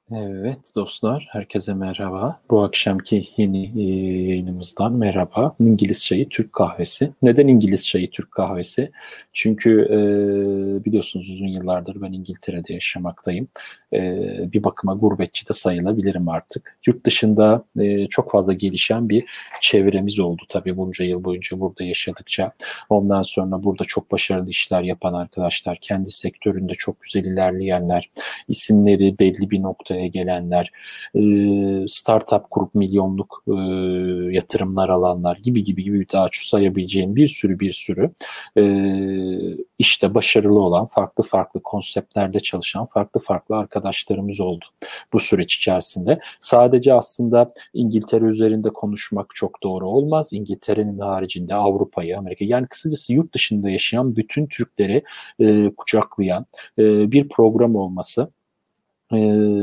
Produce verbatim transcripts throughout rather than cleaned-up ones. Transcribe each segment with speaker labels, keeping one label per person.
Speaker 1: Evet dostlar, herkese merhaba. Bu akşamki yeni e, yayınımızdan merhaba. İngiliz çayı, Türk kahvesi. Neden İngiliz çayı, Türk kahvesi? Çünkü e, biliyorsunuz uzun yıllardır ben İngiltere'de yaşamaktayım. E, bir bakıma gurbetçi de sayılabilirim artık. Yurt dışında e, çok fazla gelişen bir çevremiz oldu tabii bunca yıl boyunca burada yaşadıkça. Ondan sonra burada çok başarılı işler yapan arkadaşlar, kendi sektöründe çok güzel ilerleyenler, isimleri belli bir noktaya gelenler, e, startup kurup milyonluk e, yatırımlar alanlar gibi gibi gibi daha çok sayabileceğim bir sürü bir sürü e, işte başarılı olan, farklı farklı konseptlerde çalışan farklı farklı arkadaşlarımız oldu bu süreç içerisinde. Sadece aslında İngiltere üzerinde konuşmak çok doğru olmaz. İngiltere'nin haricinde Avrupa'yı, Amerika'yı, yani kısacası yurt dışında yaşayan bütün Türkleri e, kucaklayan e, bir program olması e,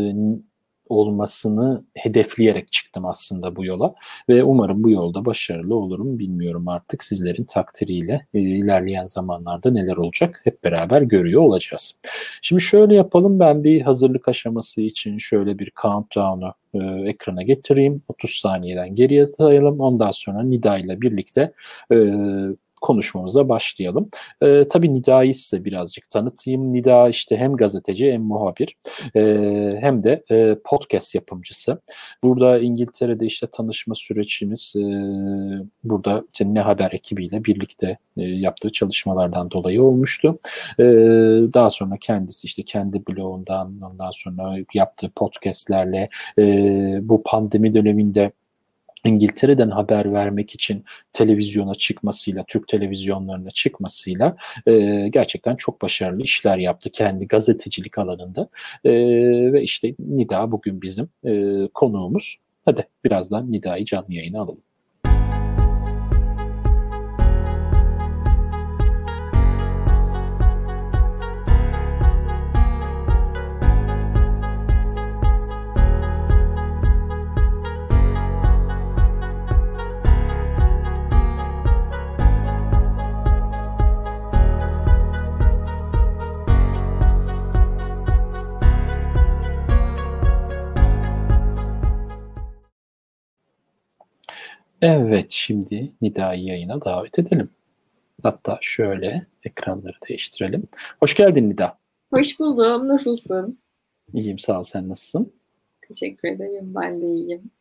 Speaker 1: olmasını hedefleyerek çıktım aslında bu yola ve umarım bu yolda başarılı olurum. Bilmiyorum, artık sizlerin takdiriyle e, ilerleyen zamanlarda neler olacak hep beraber görüyor olacağız. Şimdi şöyle yapalım, ben bir hazırlık aşaması için şöyle bir countdown'u e, ekrana getireyim. otuz saniyeden geriye sayalım. Ondan sonra Nida ile birlikte e, konuşmamıza başlayalım. E, tabii Nida'yı size birazcık tanıtayım. Nida işte hem gazeteci hem muhabir e, hem de e, podcast yapımcısı. Burada İngiltere'de işte tanışma sürecimiz e, burada işte Ne Haber ekibiyle birlikte e, yaptığı çalışmalardan dolayı olmuştu. E, Daha sonra kendisi işte kendi blogundan, ondan sonra yaptığı podcastlerle e, bu pandemi döneminde İngiltere'den haber vermek için televizyona çıkmasıyla, Türk televizyonlarına çıkmasıyla e, gerçekten çok başarılı işler yaptı kendi gazetecilik alanında. E, Ve işte Nida bugün bizim e, konuğumuz. Hadi birazdan Nida'yı canlı yayına alalım. Evet, şimdi Nida'yı yayına davet edelim. Hatta şöyle ekranları değiştirelim. Hoş geldin Nida.
Speaker 2: Hoş buldum. Nasılsın?
Speaker 1: İyiyim, sağ ol, sen nasılsın?
Speaker 2: Teşekkür ederim. Ben de iyiyim.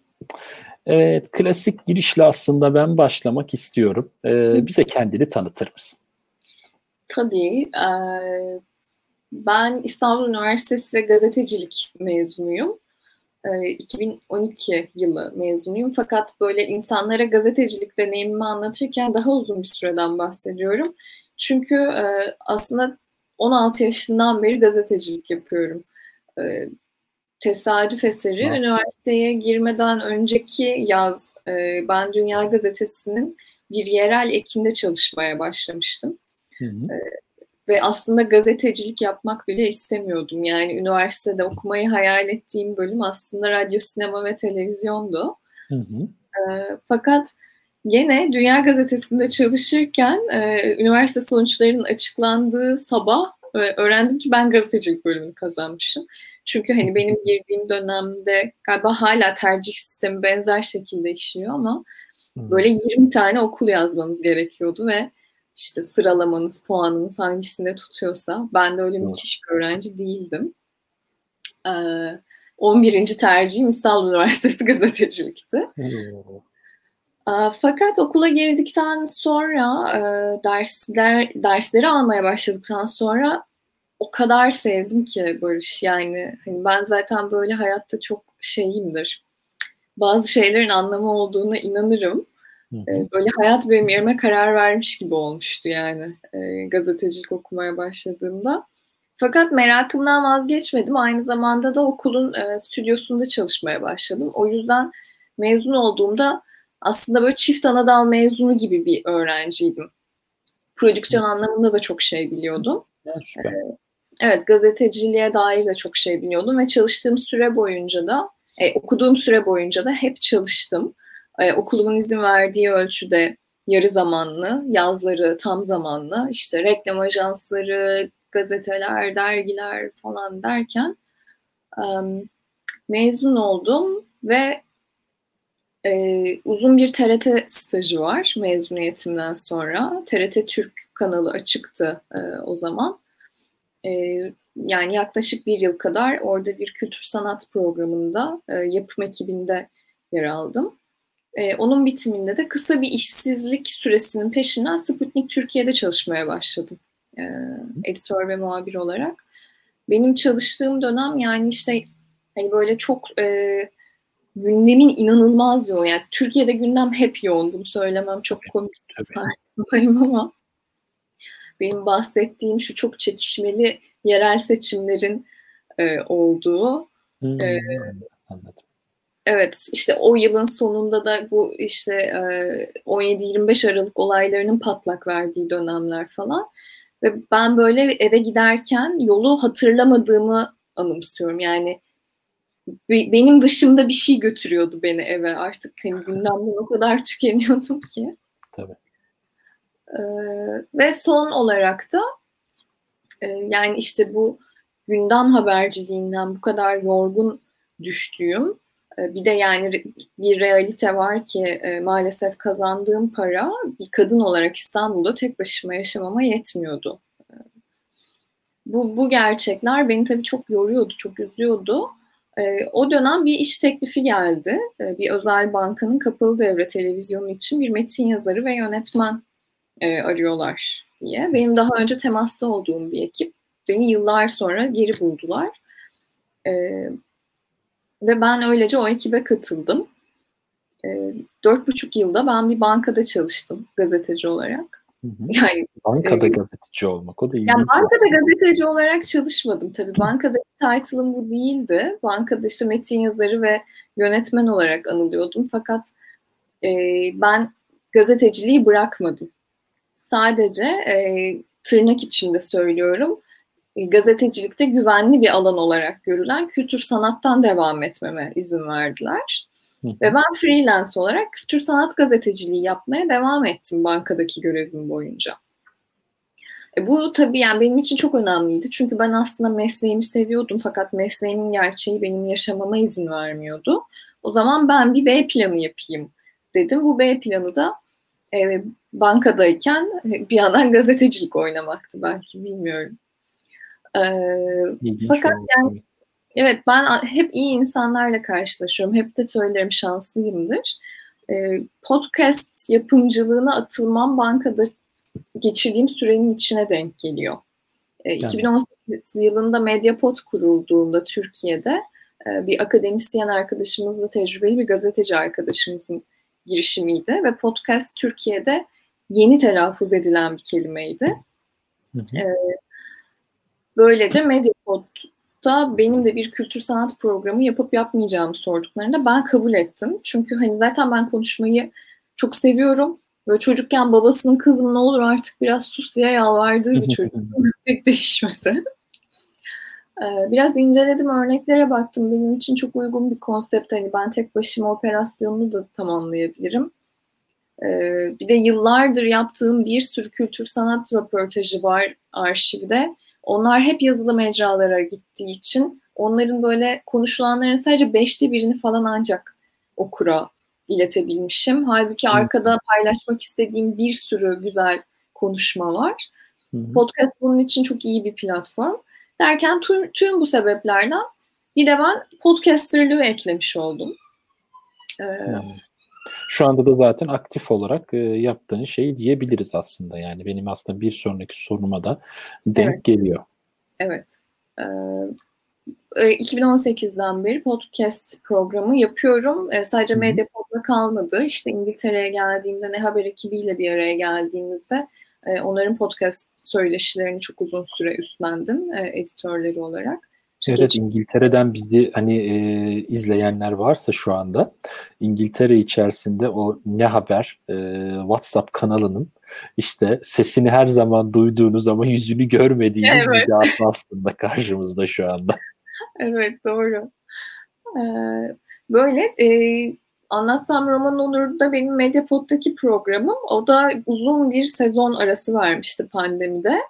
Speaker 1: Evet, klasik girişle aslında ben başlamak istiyorum. Ee, bize kendini tanıtır mısın?
Speaker 2: Tabii. eee, ben İstanbul Üniversitesi gazetecilik mezunuyum. Eee, iki bin on iki yılı mezunuyum. Fakat böyle insanlara gazetecilik deneyimimi anlatırken daha uzun bir süreden bahsediyorum. Çünkü eee, aslında on altı yaşından beri gazetecilik yapıyorum. Eee, Tesadüf eseri
Speaker 1: Ha.
Speaker 2: üniversiteye girmeden önceki yaz e, ben Dünya Gazetesi'nin bir yerel ekinde çalışmaya başlamıştım.
Speaker 1: Hı hı.
Speaker 2: E, Ve aslında gazetecilik yapmak bile istemiyordum. Yani üniversitede okumayı hayal ettiğim bölüm aslında radyo, sinema ve televizyondu.
Speaker 1: Hı hı.
Speaker 2: E, Fakat gene Dünya Gazetesi'nde çalışırken e, üniversite sonuçlarının açıklandığı sabah e, öğrendim ki ben gazetecilik bölümünü kazanmışım. Çünkü hani benim girdiğim dönemde galiba hala tercih sistemi benzer şekilde işliyor ama
Speaker 1: Hı.
Speaker 2: böyle yirmi tane okul yazmanız gerekiyordu ve işte sıralamanız, puanınız hangisinde tutuyorsa ben de öyle
Speaker 1: Hı.
Speaker 2: müthiş bir öğrenci değildim. Ee, on birinci tercihim İstanbul Üniversitesi gazetecilikti.
Speaker 1: Hı.
Speaker 2: Aa, Fakat okula girdikten sonra e, dersler dersleri almaya başladıktan sonra o kadar sevdim ki Barış. Yani hani ben zaten böyle hayatta çok şeyimdir. Bazı şeylerin anlamı olduğuna inanırım.
Speaker 1: Hı hı.
Speaker 2: E, böyle hayat benim yerime karar vermiş gibi olmuştu yani e, gazetecilik okumaya başladığımda. Fakat merakımdan vazgeçmedim. Aynı zamanda da okulun e, stüdyosunda çalışmaya başladım. O yüzden mezun olduğumda aslında böyle çift anadal mezunu gibi bir öğrenciydim.
Speaker 1: Hı.
Speaker 2: Prodüksiyon anlamında da çok şey biliyordum.
Speaker 1: Ya,
Speaker 2: E,
Speaker 1: süper.
Speaker 2: Evet, gazeteciliğe dair de çok şey biliyordum ve çalıştığım süre boyunca da, e, okuduğum süre boyunca da hep çalıştım. E, okulumun izin verdiği ölçüde yarı zamanlı, yazları tam zamanlı, işte reklam ajansları, gazeteler, dergiler falan derken Um, mezun oldum ve e, uzun bir T R T stajı var mezuniyetimden sonra. T R T Türk kanalı açıktı e, o zaman. E, yani yaklaşık bir yıl kadar orada bir kültür sanat programında e, yapım ekibinde yer aldım. E, onun bitiminde de kısa bir işsizlik süresinin peşinden Sputnik Türkiye'de çalışmaya başladım. E, editör ve muhabir olarak. Benim çalıştığım dönem yani işte hani böyle çok e, gündemin inanılmaz yoğun. Yani Türkiye'de gündem hep yoğun. Bunu söylemem çok komik ama benim bahsettiğim şu çok çekişmeli yerel seçimlerin e, olduğu.
Speaker 1: Hmm,
Speaker 2: e,
Speaker 1: anladım.
Speaker 2: Evet, işte o yılın sonunda da bu işte on yedi yirmi beş Aralık olaylarının patlak verdiği dönemler falan. Ve ben böyle eve giderken yolu hatırlamadığımı anımsıyorum. Yani benim dışımda bir şey götürüyordu beni eve. Artık hani gündemden o kadar tükeniyordum ki.
Speaker 1: Tabii.
Speaker 2: Ee, ve son olarak da e, yani işte bu gündem haberciliğinden bu kadar yorgun düştüğüm, e, bir de yani bir realite var ki e, maalesef kazandığım para bir kadın olarak İstanbul'da tek başıma yaşamama yetmiyordu. Bu, bu gerçekler beni tabii çok yoruyordu, çok üzüyordu. E, o dönem bir iş teklifi geldi. E, bir özel bankanın kapalı devre televizyonu için bir metin yazarı ve yönetmen e, arıyorlar diye. Benim daha önce temasta olduğum bir ekip. Beni yıllar sonra geri buldular. E, ve ben öylece o ekibe katıldım. E, dört buçuk yılda ben bir bankada çalıştım gazeteci olarak.
Speaker 1: Hı hı.
Speaker 2: Yani
Speaker 1: bankada
Speaker 2: e,
Speaker 1: gazeteci olmak o da ilginç.
Speaker 2: Yani bankada aslında. Gazeteci olarak çalışmadım tabii. Bankadaki title'ım bu değildi. Bankada işte metin yazarı ve yönetmen olarak anılıyordum. Fakat e, ben gazeteciliği bırakmadım. Sadece e, tırnak içinde söylüyorum. E, gazetecilikte güvenli bir alan olarak görülen kültür sanattan devam etmeme izin verdiler. Hı hı. Ve ben freelance olarak kültür sanat gazeteciliği yapmaya devam ettim bankadaki görevim boyunca. E bu tabii yani benim için çok önemliydi. Çünkü ben aslında mesleğimi seviyordum fakat mesleğimin gerçeği benim yaşamama izin vermiyordu. O zaman ben bir B planı yapayım dedim. Bu B planı da e, bankadayken bir yandan gazetecilik oynamaktı belki bilmiyorum. E, fakat yani evet ben hep iyi insanlarla karşılaşıyorum. Hep de söylerim şanslıyımdır. E, podcast yapımcılığına atılmam bankada geçirdiğim sürenin içine denk geliyor. E, yani. iki bin on sekiz yılında Mediapod kurulduğunda Türkiye'de e, bir akademisyen arkadaşımızla tecrübeli bir gazeteci arkadaşımızın girişimiydi ve podcast Türkiye'de yeni telaffuz edilen bir kelimeydi. Hı hı. E, böylece Mediapod'da benim de bir kültür sanat programı yapıp yapmayacağımı sorduklarında ben kabul ettim. Çünkü hani zaten ben konuşmayı çok seviyorum. Böyle çocukken babasının kızım ne olur artık biraz sus diye yalvardığı bir çocuktum. Pek değişmedi. Biraz inceledim, örneklere baktım. Benim için çok uygun bir konsept. Hani ben tek başıma operasyonunu da tamamlayabilirim. Bir de yıllardır yaptığım bir sürü kültür sanat röportajı var arşivde. Onlar hep yazılı mecralara gittiği için onların böyle konuşulanların sadece beşte birini falan ancak okura iletebilmişim. Halbuki Hı. arkada paylaşmak istediğim bir sürü güzel konuşma var. Hı hı. Podcast bunun için çok iyi bir platform. Derken tüm, tüm bu sebeplerden bir de ben podcasterlığı eklemiş oldum.
Speaker 1: Ee, Şu anda da zaten aktif olarak e, yaptığın şey diyebiliriz aslında. Yani benim aslında bir sonraki soruma da denk
Speaker 2: evet.
Speaker 1: geliyor.
Speaker 2: Evet. Ee, iki bin on sekizden beri podcast programı yapıyorum. Ee, sadece Mediapod'la kalmadı. İşte İngiltere'ye geldiğimde, Ne Haber ekibiyle bir araya geldiğimizde e, onların podcast söyleşilerini çok uzun süre üstlendim e, editörleri olarak.
Speaker 1: Evet, Geç... İngiltere'den bizi hani e, izleyenler varsa şu anda İngiltere içerisinde o Ne Haber e, WhatsApp kanalının işte sesini her zaman duyduğunuz ama yüzünü görmediğiniz evet. bir dağıtma aslında karşımızda şu anda.
Speaker 2: Evet, doğru. Ee, böyle e, Anlatsam Roman Olur'da benim Mediapod'daki programım. O da uzun bir sezon arası vermişti pandemide.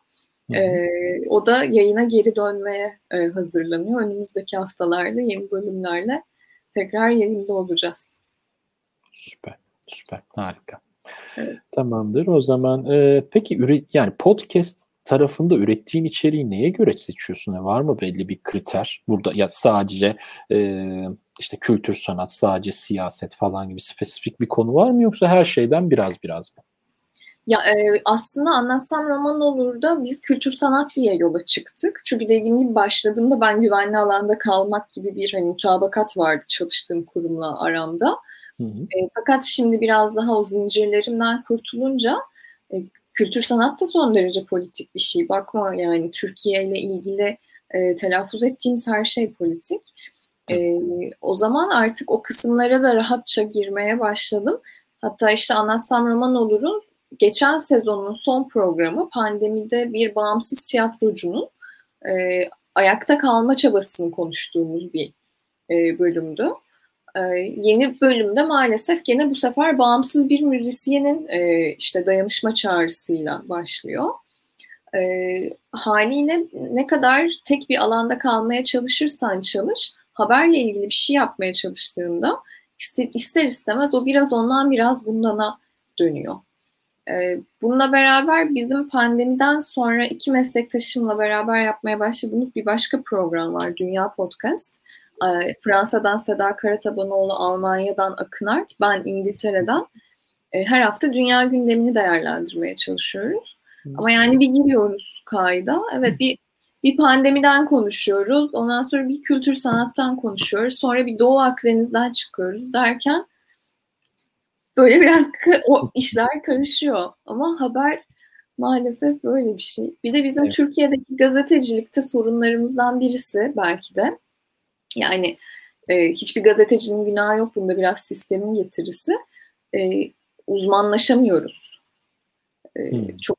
Speaker 2: E, o da yayına geri dönmeye e, hazırlanıyor. Önümüzdeki haftalarda yeni bölümlerle tekrar yayında olacağız.
Speaker 1: Süper, süper, harika.
Speaker 2: Evet.
Speaker 1: Tamamdır. O zaman e, peki üre, yani podcast tarafında ürettiğin içeriği neye göre seçiyorsun? Yani var mı belli bir kriter? Burada ya sadece e, işte kültür sanat, sadece siyaset falan gibi spesifik bir konu var mı, yoksa her şeyden biraz biraz mı?
Speaker 2: Ya e, aslında Anlatsam Roman olur da biz kültür sanat diye yola çıktık. Çünkü dediğim gibi başladığımda ben güvenli alanda kalmak gibi bir hani mutabakat vardı çalıştığım kurumla aramda.
Speaker 1: Hı hı.
Speaker 2: E, fakat şimdi biraz daha o zincirlerimden kurtulunca e, kültür sanat da son derece politik bir şey. Bakma yani Türkiye ile ilgili e, telaffuz ettiğimiz her şey politik. E, o zaman artık o kısımlara da rahatça girmeye başladım. Hatta işte Anlatsam Roman Olur'un geçen sezonun son programı pandemide bir bağımsız tiyatrocunun e, ayakta kalma çabasını konuştuğumuz bir e, bölümdü. Ee, yeni bölümde maalesef gene bu sefer bağımsız bir müzisyenin e, işte dayanışma çağrısıyla başlıyor. Ee, haliyle ne kadar tek bir alanda kalmaya çalışırsan çalış, haberle ilgili bir şey yapmaya çalıştığında ister istemez o biraz ondan biraz bundana dönüyor. Ee, bununla beraber bizim pandemiden sonra iki meslektaşımla beraber yapmaya başladığımız bir başka program var, Dünya Podcast. Ee, Fransa'dan Seda Karatabanoğlu, Almanya'dan Akınart, ben İngiltere'den. Ee, her hafta dünya gündemini değerlendirmeye çalışıyoruz. Ama yani bir giriyoruz kayda. Evet, bir bir pandemiden konuşuyoruz. Ondan sonra bir kültür sanattan konuşuyoruz. Sonra bir Doğu Akdeniz'den çıkıyoruz derken böyle biraz o işler karışıyor. Ama haber maalesef böyle bir şey. Bir de bizim
Speaker 1: Evet.
Speaker 2: Türkiye'deki gazetecilikte sorunlarımızdan birisi belki de. Yani e, hiçbir gazetecinin günahı yok bunda, biraz sistemin getirisi. E, uzmanlaşamıyoruz. E,
Speaker 1: Hmm.
Speaker 2: Çok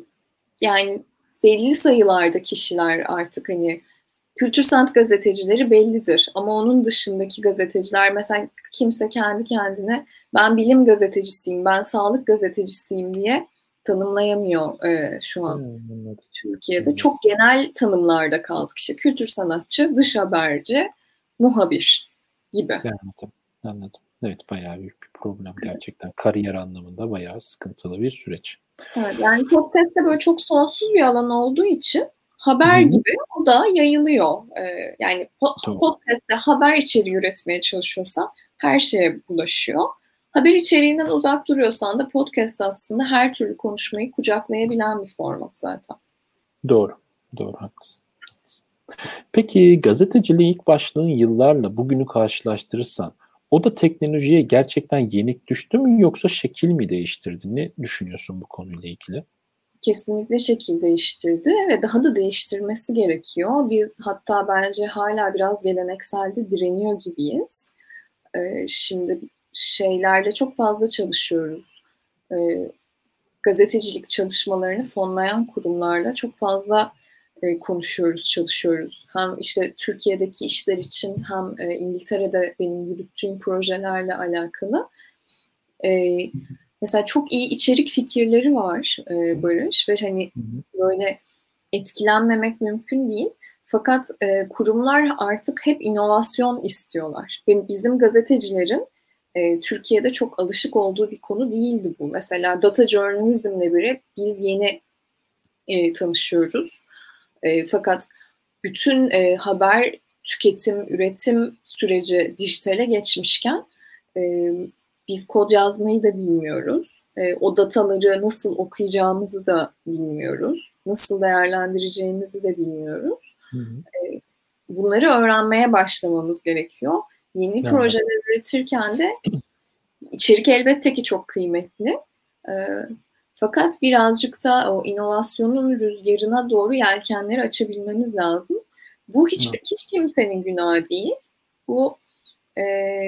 Speaker 2: yani belli sayılarda kişiler artık hani kültür sanat gazetecileri bellidir. Ama onun dışındaki gazeteciler mesela kimse kendi kendine ben bilim gazetecisiyim, ben sağlık gazetecisiyim diye tanımlayamıyor e, şu an
Speaker 1: Hmm.
Speaker 2: Türkiye'de. Çok genel tanımlarda kaldık. İşte kültür sanatçı, dış haberci, muhabir gibi.
Speaker 1: Anladım. Anladım. Evet, bayağı büyük bir problem gerçekten. Kariyer anlamında bayağı sıkıntılı bir süreç.
Speaker 2: Evet, yani podcast'te böyle çok sonsuz bir alan olduğu için haber
Speaker 1: Hı-hı.
Speaker 2: gibi o da yayılıyor. Ee, yani po-
Speaker 1: Doğru.
Speaker 2: podcast'te haber içeriği üretmeye çalışıyorsan her şeye bulaşıyor. Haber içeriğinden uzak duruyorsan da podcast aslında her türlü konuşmayı kucaklayabilen bir format zaten.
Speaker 1: Doğru. Doğru, haklısın. haklısın. Peki gazeteciliğin ilk başladığın yıllarla bugünü karşılaştırırsan o da teknolojiye gerçekten yenik düştü mü, yoksa şekil mi değiştirdi? Ne düşünüyorsun bu konuyla ilgili?
Speaker 2: Kesinlikle şekil değiştirdi ve daha da değiştirmesi gerekiyor. Biz hatta bence hala biraz gelenekselde direniyor gibiyiz. Ee, şimdi şeylerle çok fazla çalışıyoruz. Ee, gazetecilik çalışmalarını fonlayan kurumlarla çok fazla e, konuşuyoruz, çalışıyoruz. Hem işte Türkiye'deki işler için hem e, İngiltere'de benim yürüttüğüm projelerle alakalı. E, mesela çok iyi içerik fikirleri var e, Barış ve hani böyle etkilenmemek mümkün değil. Fakat e, kurumlar artık hep inovasyon istiyorlar. Benim, bizim gazetecilerin e, Türkiye'de çok alışık olduğu bir konu değildi bu. Mesela data journalism'le biri biz yeni e, tanışıyoruz. E, fakat bütün e, haber tüketim, üretim süreci dijitale geçmişken e, biz kod yazmayı da bilmiyoruz. E, o dataları nasıl okuyacağımızı da bilmiyoruz. Nasıl değerlendireceğimizi de bilmiyoruz.
Speaker 1: Hı hı.
Speaker 2: E, bunları öğrenmeye başlamamız gerekiyor. Yeni
Speaker 1: Yani.
Speaker 2: projeler üretirken de içerik elbette ki çok kıymetli. E, fakat birazcık da o inovasyonun rüzgarına doğru yelkenleri açabilmemiz lazım. Bu hiç, hiç kimsenin günahı değil. Bu e,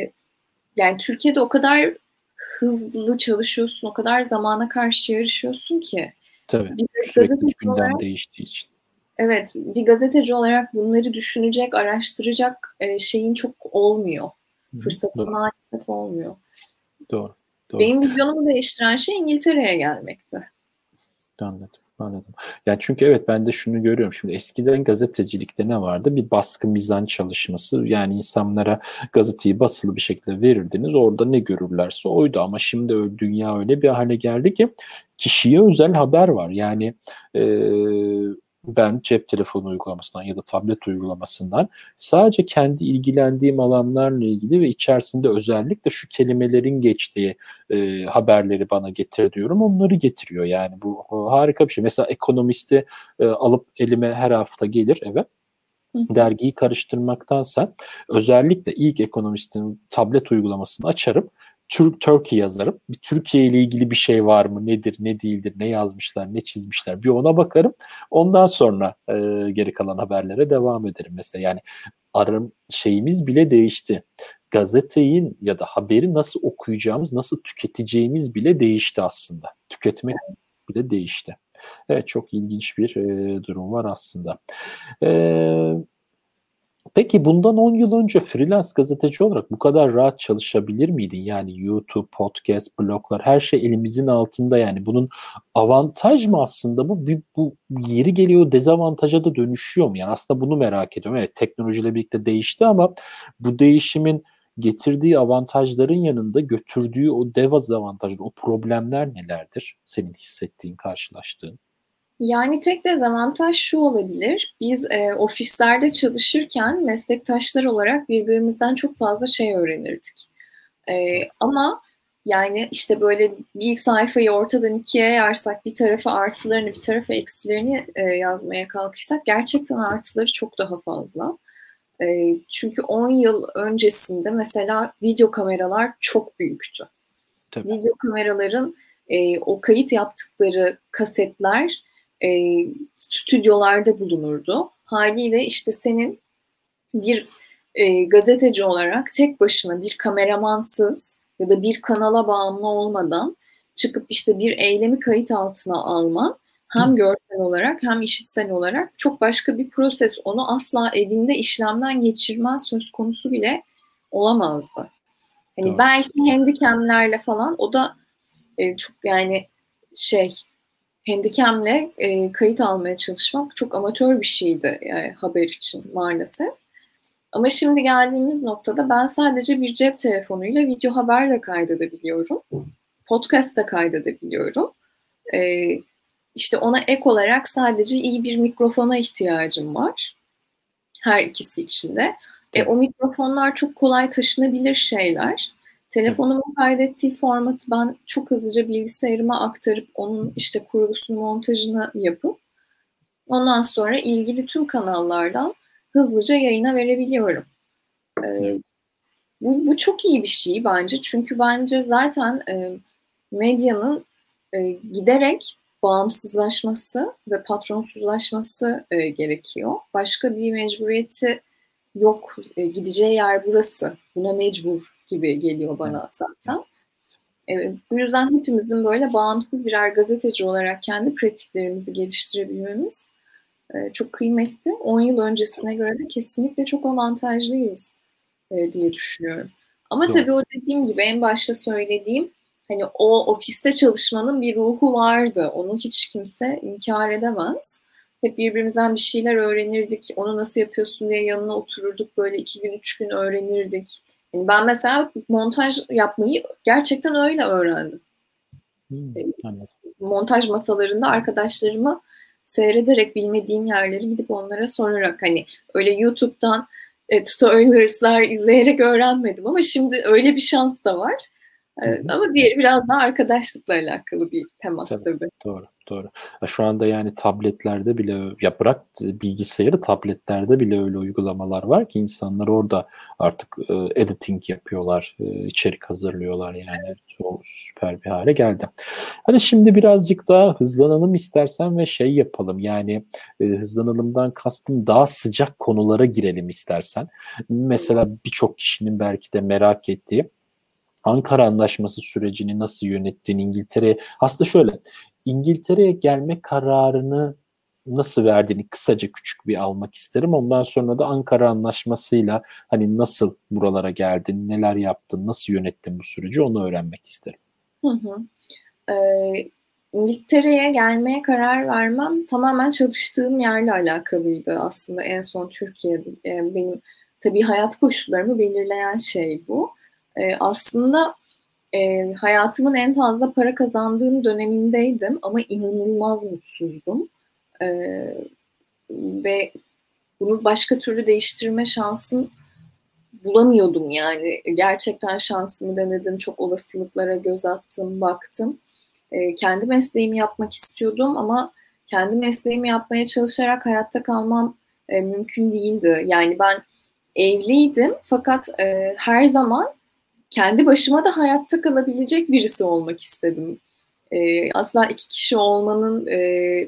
Speaker 2: yani Türkiye'de o kadar hızlı çalışıyorsun, o kadar zamana karşı yarışıyorsun ki.
Speaker 1: Tabii.
Speaker 2: Bir
Speaker 1: Sürekli gündem
Speaker 2: olarak,
Speaker 1: değiştiği için.
Speaker 2: evet, bir gazeteci olarak bunları düşünecek, araştıracak e, şeyin çok olmuyor. Fırsatı maalesef olmuyor.
Speaker 1: Doğru. Doğru.
Speaker 2: Benim vizyonumu değiştiren şey İngiltere'ye gelmekti.
Speaker 1: Anladım. Anladım. Yani çünkü evet ben de şunu görüyorum. Şimdi eskiden gazetecilikte ne vardı? Bir baskı mizan çalışması. Yani insanlara gazeteyi basılı bir şekilde verirdiniz. Orada ne görürlerse oydu. Ama şimdi ö- dünya öyle bir hale geldi ki kişiye özel haber var. Yani e, ben cep telefonu uygulamasından ya da tablet uygulamasından sadece kendi ilgilendiğim alanlarla ilgili ve içerisinde özellikle şu kelimelerin geçtiği e, haberleri bana getir diyorum. Onları getiriyor. Yani bu o, harika bir şey. Mesela Ekonomist'i e, alıp elime her hafta gelir eve.
Speaker 2: Hı hı.
Speaker 1: Dergiyi karıştırmaktansa özellikle ilk Ekonomist'in tablet uygulamasını açarım. Türk Turkey yazarım. Bir Türkiye ile ilgili bir şey var mı? Nedir, ne değildir, ne yazmışlar, ne çizmişler? Bir ona bakarım. Ondan sonra e, geri kalan haberlere devam ederim mesela. Yani arım şeyimiz bile değişti. Gazeteyi ya da haberi nasıl okuyacağımız, nasıl tüketeceğimiz bile değişti aslında. Tüketmek bile değişti. Evet, çok ilginç bir e, durum var aslında. E, peki bundan on yıl önce freelance gazeteci olarak bu kadar rahat çalışabilir miydin? Yani YouTube, podcast, bloglar her şey elimizin altında yani. Bunun avantaj mı aslında bu? Bir, bu yeri geliyor dezavantaja da dönüşüyor mu? Yani aslında bunu merak ediyorum. Evet, teknolojiyle birlikte değişti ama bu değişimin getirdiği avantajların yanında götürdüğü o dezavantajlar, o problemler nelerdir? Senin hissettiğin, karşılaştığın.
Speaker 2: Yani tek dezavantaj şu olabilir. Biz e, ofislerde çalışırken meslektaşlar olarak birbirimizden çok fazla şey öğrenirdik. E, ama yani işte böyle bir sayfayı ortadan ikiye yarsak, bir tarafa artılarını, bir tarafa eksilerini e, yazmaya kalkışsak gerçekten artıları çok daha fazla. E, çünkü on yıl öncesinde mesela video kameralar çok büyüktü.
Speaker 1: Tabii.
Speaker 2: Video kameraların e, o kayıt yaptıkları kasetler e, stüdyolarda bulunurdu. Haliyle işte senin bir e, gazeteci olarak tek başına bir kameramansız ya da bir kanala bağımlı olmadan çıkıp işte bir eylemi kayıt altına alman hem görsel olarak hem işitsel olarak çok başka bir proses. Onu asla evinde işlemden geçirmen söz konusu bile olamazdı. Hani
Speaker 1: Doğru.
Speaker 2: belki handicam'lerle falan o da e, çok yani şey handicam'le e, kayıt almaya çalışmak çok amatör bir şeydi yani haber için maalesef. Ama şimdi geldiğimiz noktada ben sadece bir cep telefonuyla video haber de kaydedebiliyorum. Podcast da kaydedebiliyorum. E, işte ona ek olarak sadece iyi bir mikrofona ihtiyacım var. Her ikisi için de. E,
Speaker 1: Tabii.
Speaker 2: o mikrofonlar çok kolay taşınabilir şeyler.
Speaker 1: Tabii.
Speaker 2: Telefonumun kaydettiği formatı ben çok hızlıca bilgisayarıma aktarıp onun işte kurgusunu, montajını yapıp ondan sonra ilgili tüm kanallardan hızlıca yayına verebiliyorum. E,
Speaker 1: Evet.
Speaker 2: bu, bu çok iyi bir şey bence. Çünkü bence zaten e, medyanın e, giderek bağımsızlaşması ve patronsuzlaşması e, gerekiyor. Başka bir mecburiyeti yok. E, gideceği yer burası. Buna mecbur gibi geliyor
Speaker 1: Evet.
Speaker 2: bana zaten.
Speaker 1: Evet.
Speaker 2: E, bu yüzden hepimizin böyle bağımsız birer gazeteci olarak kendi pratiklerimizi geliştirebilmemiz e, çok kıymetli. on yıl öncesine göre de kesinlikle çok avantajlıyız e, diye düşünüyorum. Ama
Speaker 1: Doğru.
Speaker 2: tabii o dediğim gibi en başta söylediğim hani o ofiste çalışmanın bir ruhu vardı. Onu hiç kimse inkar edemez. Hep birbirimizden bir şeyler öğrenirdik. Onu nasıl yapıyorsun diye yanına otururduk. Böyle iki gün, üç gün öğrenirdik. Yani ben mesela montaj yapmayı gerçekten öyle öğrendim.
Speaker 1: Hmm,
Speaker 2: E,
Speaker 1: anladım.
Speaker 2: Montaj masalarında arkadaşlarıma seyrederek bilmediğim yerleri gidip onlara sorarak hani öyle YouTube'dan e, tutorials'lar izleyerek öğrenmedim ama şimdi öyle bir şans da var.
Speaker 1: Hı
Speaker 2: E,
Speaker 1: hı.
Speaker 2: ama diğeri biraz daha arkadaşlıkla alakalı bir temas
Speaker 1: Tabii.
Speaker 2: tabii.
Speaker 1: Doğru. Doğru. Ya şu anda yani tabletlerde bile ya bırak bilgisayarı tabletlerde bile öyle uygulamalar var ki insanlar orada artık e, editing yapıyorlar, e, içerik hazırlıyorlar yani o süper bir hale geldi. Hadi şimdi birazcık daha hızlanalım istersen ve şey yapalım yani e, hızlanalımdan kastım daha sıcak konulara girelim istersen. Mesela birçok kişinin belki de merak ettiği Ankara Anlaşması sürecini nasıl yönettin İngiltere'ye? Aslında şöyle, İngiltere'ye gelme kararını nasıl verdiğini kısaca küçük bir almak isterim. Ondan sonra da Ankara Anlaşması'yla hani nasıl buralara geldin, neler yaptın, nasıl yönettin bu süreci onu öğrenmek isterim.
Speaker 2: Hı hı. E, İngiltere'ye gelmeye karar vermem tamamen çalıştığım yerle alakalıydı aslında. En son Türkiye'de e, benim tabii hayat koşullarımı belirleyen şey bu. E, aslında e, hayatımın en fazla para kazandığım dönemindeydim ama inanılmaz mutsuzdum. E, ve bunu başka türlü değiştirme şansım bulamıyordum yani. Gerçekten şansımı denedim, çok olasılıklara göz attım, baktım. E, kendi mesleğimi yapmak istiyordum ama kendi mesleğimi yapmaya çalışarak hayatta kalmam e, mümkün değildi. Yani ben evliydim fakat e, her zaman kendi başıma da hayatta kalabilecek birisi olmak istedim. E, asla iki kişi olmanın e,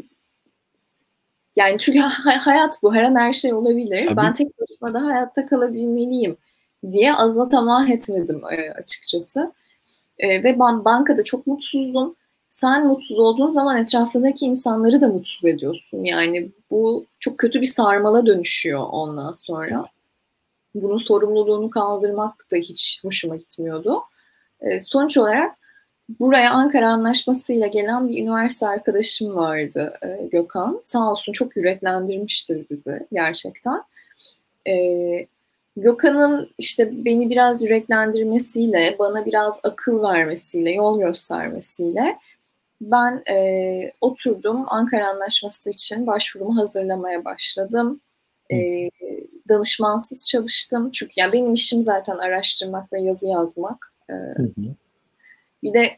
Speaker 2: yani çünkü ha- hayat bu, her an her şey olabilir.
Speaker 1: Tabii.
Speaker 2: Ben tek başıma da hayatta kalabilmeliyim diye azla tamah etmedim e, açıkçası. E, ve ben bankada çok mutsuzdum. Sen mutsuz olduğun zaman etrafındaki insanları da mutsuz ediyorsun. Yani bu çok kötü bir sarmala dönüşüyor ondan sonra. Bunun sorumluluğunu kaldırmak da hiç hoşuma gitmiyordu. E, sonuç olarak buraya Ankara Anlaşması'yla gelen bir üniversite arkadaşım vardı, e, Gökhan. Sağ olsun çok yüreklendirmiştir bizi gerçekten. E, Gökhan'ın işte beni biraz yüreklendirmesiyle, bana biraz akıl vermesiyle, yol göstermesiyle ben e, oturdum Ankara Anlaşması için başvurumu hazırlamaya başladım. E, danışmansız çalıştım çünkü yani benim işim zaten araştırmak ve yazı yazmak. E,
Speaker 1: Hı hı.
Speaker 2: bir de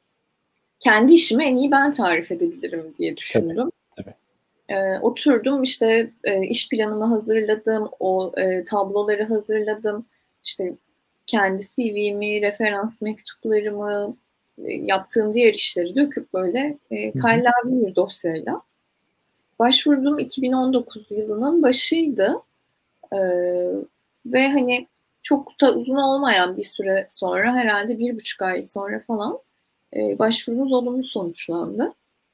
Speaker 2: kendi işimi en iyi ben tarif edebilirim diye düşündüm.
Speaker 1: Tabii, tabii.
Speaker 2: E, oturdum işte e, iş planımı hazırladım, o e, tabloları hazırladım, işte kendi C V'mi, referans mektuplarımı, e, yaptığım diğer işleri döküp böyle e,
Speaker 1: Hı hı.
Speaker 2: kallavi bir dosyayla başvurdum. iki bin on dokuz yılının başıydı e, ve hani çok da uzun olmayan bir süre sonra, herhalde bir buçuk ay sonra falan e, başvurumuz olumlu sonuçlandı.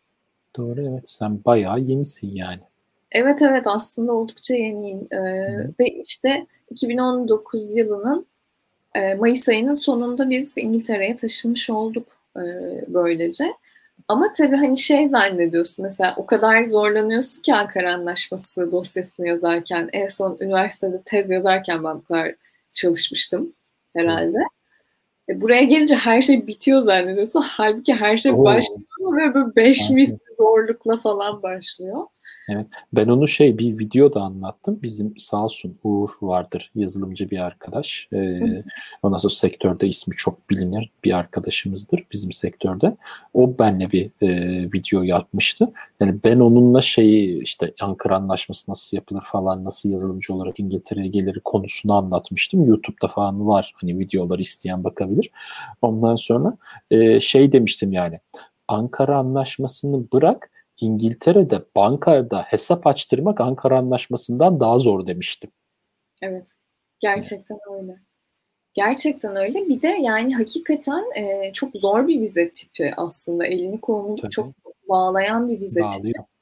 Speaker 1: Doğru, evet. Sen bayağı yenisin yani.
Speaker 2: Evet evet, aslında oldukça yeniyim. Ee,
Speaker 1: Hı.
Speaker 2: ve işte iki bin on dokuz yılının e, Mayıs ayının sonunda biz İngiltere'ye taşınmış olduk e, böylece. Ama tabii hani şey zannediyorsun, mesela o kadar zorlanıyorsun ki Ankara Anlaşması dosyasını yazarken, en son üniversitede tez yazarken ben bu kadar çalışmıştım
Speaker 1: Doğru.
Speaker 2: herhalde. E, buraya gelince her şey bitiyor zannediyorsun. Halbuki her şey
Speaker 1: Oo.
Speaker 2: başlıyor ve böyle beş
Speaker 1: Aynen.
Speaker 2: misli zorlukla falan başlıyor.
Speaker 1: Evet. Ben onu şey bir videoda anlattım. Bizim sağ olsun Uğur vardır. Yazılımcı bir arkadaş. Ee, ondan sonra sektörde ismi çok bilinir bir arkadaşımızdır bizim sektörde. O benle bir e, video yapmıştı. Yani ben onunla şeyi işte Ankara Anlaşması nasıl yapılır falan, nasıl yazılımcı olarak İngiltere'ye gelir konusunu anlatmıştım. YouTube'da falan var. Hani videoları isteyen bakabilir. Ondan sonra e, şey demiştim yani. Ankara Anlaşması'nı bırak, İngiltere'de bankada hesap açtırmak Ankara Anlaşması'ndan daha zor demiştim.
Speaker 2: Evet,
Speaker 1: Yani,
Speaker 2: gerçekten öyle. Gerçekten öyle. Bir de yani hakikaten e, çok zor bir vize tipi aslında. Elini kolunu çok
Speaker 1: tabii
Speaker 2: bağlayan bir vize tipi.
Speaker 1: bağlıyor.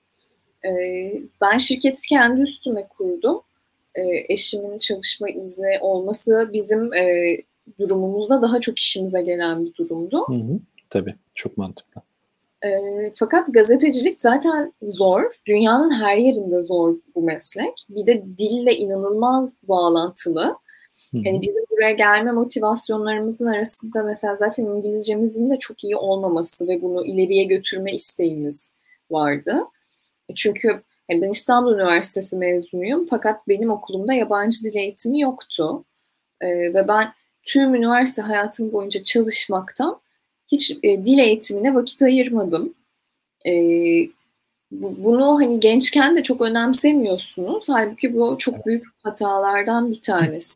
Speaker 2: E, ben şirketi kendi üstüme kurdum. E, eşimin çalışma izni olması bizim e, durumumuzda daha çok işimize gelen bir durumdu.
Speaker 1: Hı hı, tabii çok mantıklı.
Speaker 2: E, fakat gazetecilik zaten zor. Dünyanın her yerinde zor bu meslek. Bir de dille inanılmaz bağlantılı.
Speaker 1: Hı
Speaker 2: Yani
Speaker 1: hı,
Speaker 2: bizim buraya gelme motivasyonlarımızın arasında mesela zaten İngilizcemizin de çok iyi olmaması ve bunu ileriye götürme isteğimiz vardı. E Çünkü yani ben İstanbul Üniversitesi mezunuyum fakat benim okulumda yabancı dil eğitimi yoktu. Ee, ve ben tüm üniversite hayatım boyunca çalışmaktan hiç e, dil eğitimine vakit ayırmadım. Ee, bu- bunu hani gençken de çok önemsemiyorsunuz. Halbuki bu çok
Speaker 1: evet,
Speaker 2: büyük hatalardan bir tanesi.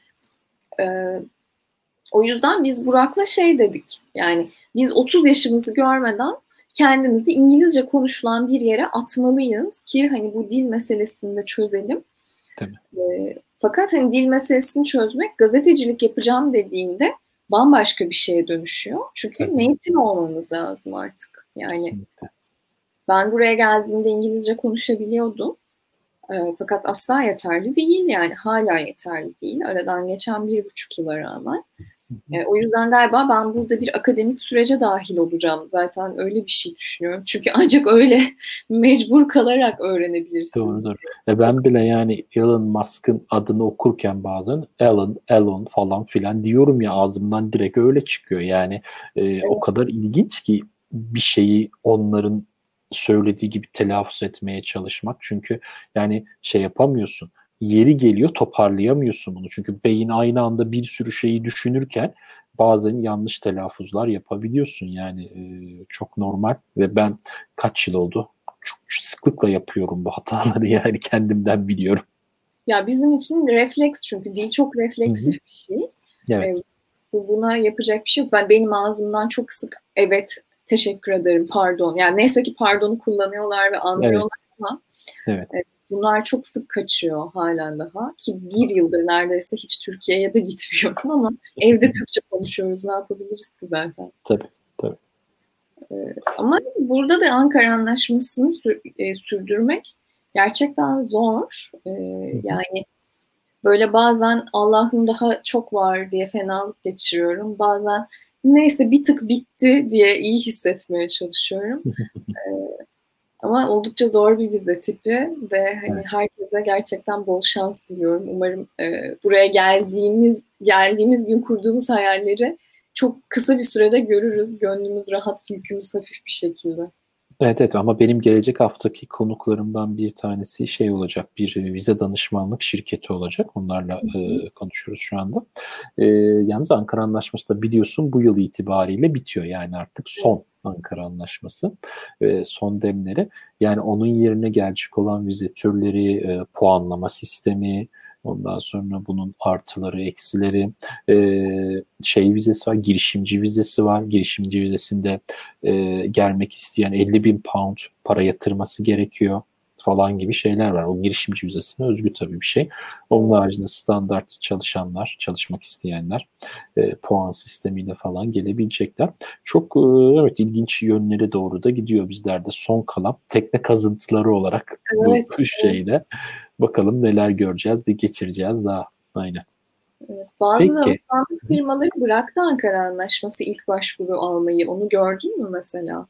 Speaker 2: Ee, O yüzden biz Burak'la şey dedik. Yani biz otuz yaşımızı görmeden kendimizi İngilizce konuşulan bir yere atmalıyız ki hani bu dil meselesini de çözelim.
Speaker 1: tabii,
Speaker 2: E, fakat hani dil meselesini çözmek, gazetecilik yapacağım dediğinde bambaşka bir şeye dönüşüyor. Çünkü
Speaker 1: tabii,
Speaker 2: native olmanız lazım artık. Yani
Speaker 1: kesinlikle.
Speaker 2: ben buraya geldiğimde İngilizce konuşabiliyordum. E, fakat asla yeterli değil, yani hala yeterli değil. Aradan geçen bir buçuk yıla rağmen. E, o yüzden galiba ben burada bir akademik sürece dahil olacağım. Zaten öyle bir şey düşünüyorum. Çünkü ancak öyle mecbur kalarak öğrenebilirsin.
Speaker 1: Doğrudur. Ve ben bile yani Elon Musk'ın adını okurken bazen Elon, Elon falan filan diyorum ya, ağzımdan direkt öyle çıkıyor. Yani e, o
Speaker 2: Evet.
Speaker 1: kadar ilginç ki bir şeyi onların söylediği gibi telaffuz etmeye çalışmak. Çünkü yani şey yapamıyorsun. Yeri geliyor toparlayamıyorsun bunu. Çünkü beyin aynı anda bir sürü şeyi düşünürken bazen yanlış telaffuzlar yapabiliyorsun. Yani e, çok normal ve ben kaç yıl oldu? Çok sıklıkla yapıyorum bu hataları, yani kendimden biliyorum.
Speaker 2: Ya bizim için refleks, çünkü dil çok
Speaker 1: Hı hı.
Speaker 2: refleksif bir şey. E,
Speaker 1: Evet.
Speaker 2: bu buna yapacak bir şey yok. Ben benim ağzımdan çok sık evet, teşekkür ederim, pardon. Yani neyse ki pardonu kullanıyorlar ve anlıyorlar
Speaker 1: Evet.
Speaker 2: ama
Speaker 1: Evet.
Speaker 2: e, bunlar çok sık kaçıyor halen daha. Ki bir yıldır neredeyse hiç Türkiye'ye de gitmiyorum ama evde Türkçe konuşuyoruz. Ne yapabiliriz ki zaten?
Speaker 1: Tabii. Tabii.
Speaker 2: Ama burada da Ankara Anlaşması'nı sür, e, sürdürmek gerçekten zor. E,
Speaker 1: Hı hı.
Speaker 2: yani böyle bazen Allah'ım daha çok var diye fenalık geçiriyorum. Bazen neyse bir tık bitti diye iyi hissetmeye çalışıyorum. Ama oldukça zor bir vize tipi ve hani
Speaker 1: Evet.
Speaker 2: herkese gerçekten bol şans diliyorum. Umarım e, buraya geldiğimiz geldiğimiz gün kurduğumuz hayalleri çok kısa bir sürede görürüz. Gönlümüz rahat, yükümüz hafif bir şekilde.
Speaker 1: Evet, evet, ama benim gelecek haftaki konuklarımdan bir tanesi şey olacak, bir vize danışmanlık şirketi olacak. Onlarla e, konuşuyoruz şu anda. E, yalnız Ankara Anlaşması da biliyorsun bu yıl itibariyle bitiyor. Yani artık son Ankara Anlaşması ve son demleri. Yani onun yerine gelecek olan vize türleri, e, puanlama sistemi, ondan sonra bunun artıları, eksileri, e, şey vizesi var, girişimci vizesi var. Girişimci vizesinde e, gelmek isteyen elli bin pound para yatırması gerekiyor falan gibi şeyler var. O girişimci vizesine özgü tabii bir şey. Onun haricinde standart çalışanlar, çalışmak isteyenler e, puan sistemiyle falan gelebilecekler. Çok e, evet, ilginç yönlere doğru da gidiyor. Bizlerde son kalan tekne kazıntıları olarak bu
Speaker 2: Evet, evet,
Speaker 1: şeyde bakalım neler göreceğiz de geçireceğiz daha. Aynen.
Speaker 2: evet. Bazı
Speaker 1: Peki.
Speaker 2: danışmanlık firmaları bıraktı Ankara Anlaşması ilk başvuru almayı. Onu gördün mü mesela?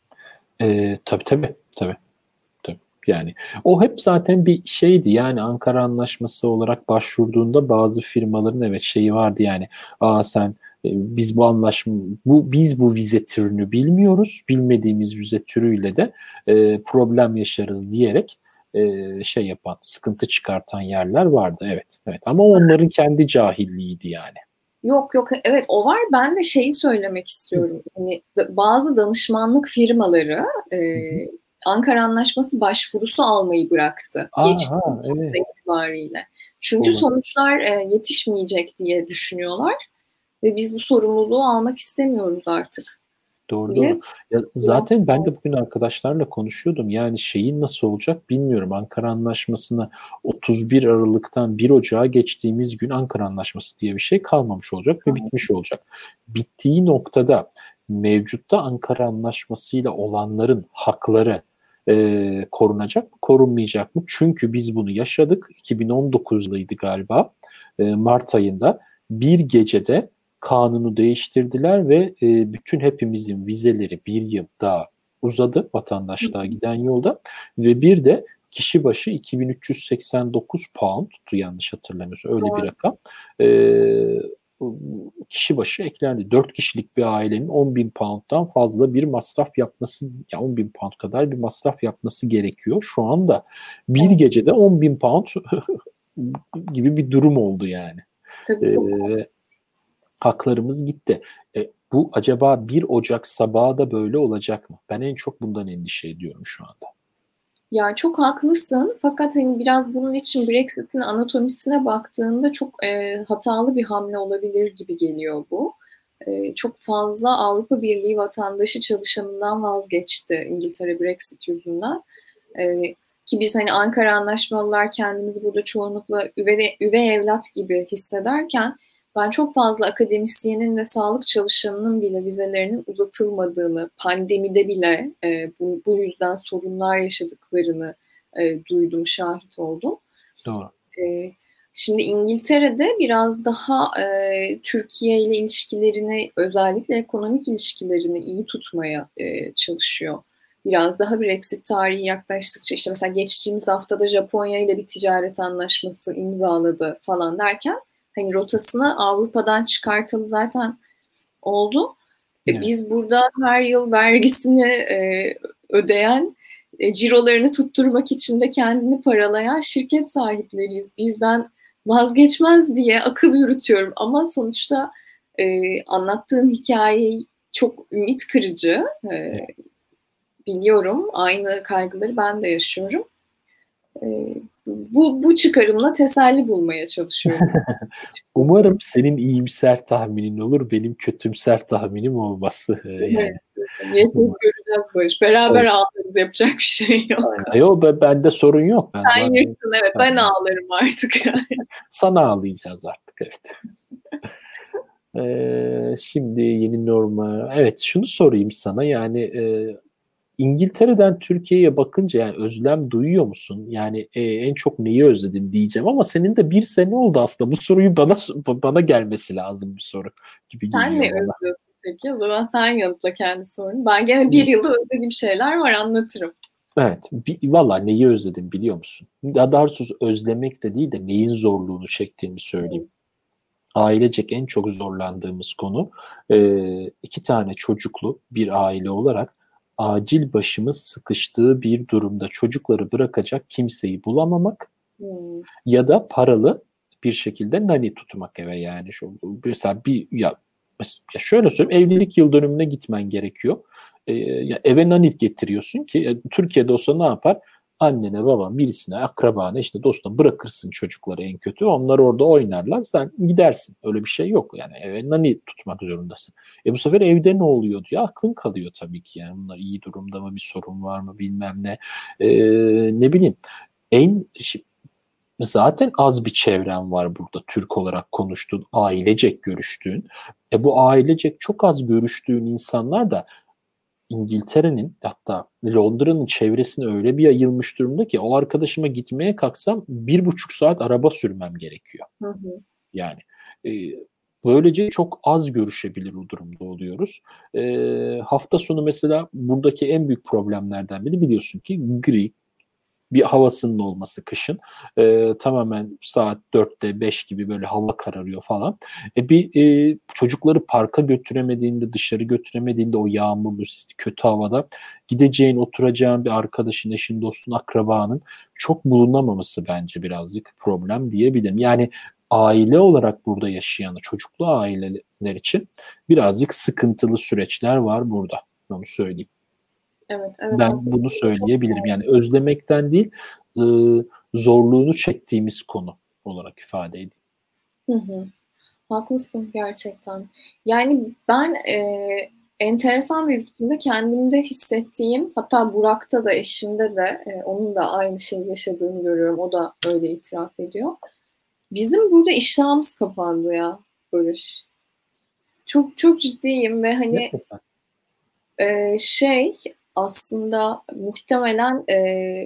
Speaker 1: E, tabii tabii. Tabii. Tabii. Yani o hep zaten bir şeydi, yani Ankara Anlaşması olarak başvurduğunda bazı firmaların evet şeyi vardı, yani aa sen e, biz bu anlaşma bu biz bu vize türünü bilmiyoruz, bilmediğimiz vize türüyle de e, problem yaşarız diyerek e, şey yapan, sıkıntı çıkartan yerler vardı, evet, evet, ama onların kendi cahilliğiydi yani.
Speaker 2: Yok yok, evet o var. Ben de şeyi söylemek
Speaker 1: Hı
Speaker 2: istiyorum. Hani bazı danışmanlık firmaları e,
Speaker 1: hı. Hı.
Speaker 2: Ankara Anlaşması başvurusu almayı bıraktı geçtiğimiz
Speaker 1: Aha,
Speaker 2: hafta
Speaker 1: evet,
Speaker 2: itibariyle. Çünkü
Speaker 1: olabilir.
Speaker 2: sonuçlar e, yetişmeyecek diye düşünüyorlar ve biz bu sorumluluğu almak istemiyoruz artık
Speaker 1: Doğru, doğru.
Speaker 2: diye.
Speaker 1: Ya zaten ben de bugün arkadaşlarla konuşuyordum. Yani şeyin nasıl olacak bilmiyorum. Ankara Anlaşması'na otuz bir Aralık'tan bir Ocağa geçtiğimiz gün Ankara Anlaşması diye bir şey kalmamış olacak ve bitmiş olacak. Bittiği noktada mevcutta Ankara Anlaşması'yla olanların hakları e, korunacak mı, korunmayacak mı? Çünkü biz bunu yaşadık. iki bin on dokuz'daydı galiba. E, Mart ayında bir gecede kanunu değiştirdiler ve e, bütün hepimizin vizeleri bir yıl daha uzadı vatandaşlığa giden yolda ve bir de kişi başı iki bin üç yüz seksen dokuz pound tuttu, yanlış hatırlamıyorsam öyle bir
Speaker 2: Doğru.
Speaker 1: rakam. E, kişi başı eklendi. Dört kişilik bir ailenin on bin pound'dan fazla bir masraf yapması, ya on bin pound kadar bir masraf yapması gerekiyor. Şu anda bir
Speaker 2: Evet.
Speaker 1: gecede on bin pound gibi bir durum oldu yani.
Speaker 2: Tabii çok.
Speaker 1: E, haklarımız gitti. E, bu acaba bir Ocak sabahı da böyle olacak mı? Ben en çok bundan endişe ediyorum şu anda.
Speaker 2: Ya çok haklısın, fakat hani biraz bunun için Brexit'in anatomisine baktığında çok e, hatalı bir hamle olabilir gibi geliyor bu. E, çok fazla Avrupa Birliği vatandaşı çalışanından vazgeçti İngiltere Brexit yüzünden. E, ki biz hani Ankara Anlaşmalılar kendimizi burada çoğunlukla üvey, üvey evlat gibi hissederken ben çok fazla akademisyenin ve sağlık çalışanının bile vizelerinin uzatılmadığını, pandemide bile e, bu, bu yüzden sorunlar yaşadıklarını e, duydum, şahit oldum.
Speaker 1: Doğru.
Speaker 2: E, Şimdi İngiltere'de biraz daha e, Türkiye ile ilişkilerini, özellikle ekonomik ilişkilerini iyi tutmaya e, çalışıyor. Biraz daha Brexit tarihi yaklaştıkça, işte mesela geçtiğimiz haftada Japonya ile bir ticaret anlaşması imzaladı falan derken, hani rotasını Avrupa'dan çıkartalı zaten oldu. E,
Speaker 1: Evet.
Speaker 2: biz burada her yıl vergisini e, ödeyen, e, cirolarını tutturmak için de kendini paralayan şirket sahipleriyiz. Bizden vazgeçmez diye akıl yürütüyorum. Ama sonuçta e, anlattığın hikaye çok ümit kırıcı. E,
Speaker 1: Evet.
Speaker 2: biliyorum. Aynı kaygıları ben de yaşıyorum. E, bu, bu çıkarımla teselli bulmaya çalışıyorum.
Speaker 1: Umarım senin iyimser tahminin olur, benim kötümser tahminim olmaz. Ee, yani.
Speaker 2: Yaşayıp göreceğiz Barış. Beraber
Speaker 1: Evet.
Speaker 2: ağlarız. Yapacak bir şey yok.
Speaker 1: Aynen. Yo, ben, bende sorun yok. Ben
Speaker 2: Sen
Speaker 1: zaten
Speaker 2: yırttın, evet. Ben ağlarım artık yani.
Speaker 1: sana ağlayacağız artık, evet. Ee, şimdi yeni norma. Evet, şunu sorayım sana. Yani e, İngiltere'den Türkiye'ye bakınca yani özlem duyuyor musun? Yani e, en çok neyi özledin diyeceğim ama senin de bir sene oldu aslında. Bu soruyu bana bana gelmesi lazım bir soru gibi
Speaker 2: Sen ne
Speaker 1: geliyor bana.
Speaker 2: özlüyorsun peki? O zaman sen yanıtla kendi sorunu. Ben gene bir
Speaker 1: Şimdi,
Speaker 2: yılda özlediğim şeyler var, anlatırım.
Speaker 1: evet, bir, valla neyi özledim biliyor musun? Daha doğrusu özlemek de değil de neyin zorluğunu çektiğimi söyleyeyim.
Speaker 2: Hı.
Speaker 1: Ailecek en çok zorlandığımız konu, e, iki tane çocuklu bir aile olarak acil başımız sıkıştığı bir durumda çocukları bırakacak kimseyi bulamamak
Speaker 2: Hı.
Speaker 1: ya da paralı bir şekilde nani tutmak eve. Yani şu mesela bir ya, ya şöyle söyleyeyim, evlilik yıl dönümüne gitmen gerekiyor. Ee, ya eve nani getiriyorsun ki ya, Türkiye'de olsa ne yapar? Annene, baban, birisine, akrabana, işte dostuna bırakırsın çocukları en kötü. Onlar orada oynarlar. Sen gidersin. Öyle bir şey yok. Yani eve nani tutmak zorundasın. E bu sefer evde ne oluyor diyor. Aklın kalıyor tabii ki. Yani bunlar iyi durumda mı? Bir sorun var mı? Bilmem ne. Ee, ne bileyim. En Zaten az bir çevren var burada, Türk olarak konuştuğun, ailecek görüştüğün. E bu ailecek çok az görüştüğün insanlar da İngiltere'nin, hatta Londra'nın çevresine öyle bir yayılmış durumda ki o arkadaşıma gitmeye kalksam bir buçuk saat araba sürmem gerekiyor.
Speaker 2: Hı hı.
Speaker 1: Yani e, böylece çok az görüşebilir o durumda oluyoruz. E, hafta sonu mesela buradaki en büyük problemlerden biri, biliyorsun ki, gri bir havasının olması kışın. E, tamamen saat dörtte beş gibi böyle hava kararıyor falan. E, bir e, çocukları parka götüremediğinde, dışarı götüremediğinde, o yağmurlu, sisli, kötü havada gideceğin, oturacağın bir arkadaşın, eşin, dostun, akrabanın çok bulunamaması bence birazcık problem diyebilirim. Yani aile olarak burada yaşayan çocuklu aileler için birazcık sıkıntılı süreçler var burada. Onu söyleyeyim.
Speaker 2: Evet, evet,
Speaker 1: Ben bunu
Speaker 2: haklısın. Çok
Speaker 1: söyleyebilirim. Yani özlemekten değil, e, zorluğunu çektiğimiz konu olarak ifade edeyim.
Speaker 2: Hı hı. Haklısın gerçekten. Yani ben e, enteresan bir biçimde kendimde hissettiğim, hatta Burak'ta da, eşimde de e, onun da aynı şeyi yaşadığını görüyorum. O da öyle itiraf ediyor. Bizim burada iştahımız kapandı ya, Barış. Çok çok ciddiyim ve hani
Speaker 1: Gerçekten.
Speaker 2: e, şey, aslında muhtemelen e,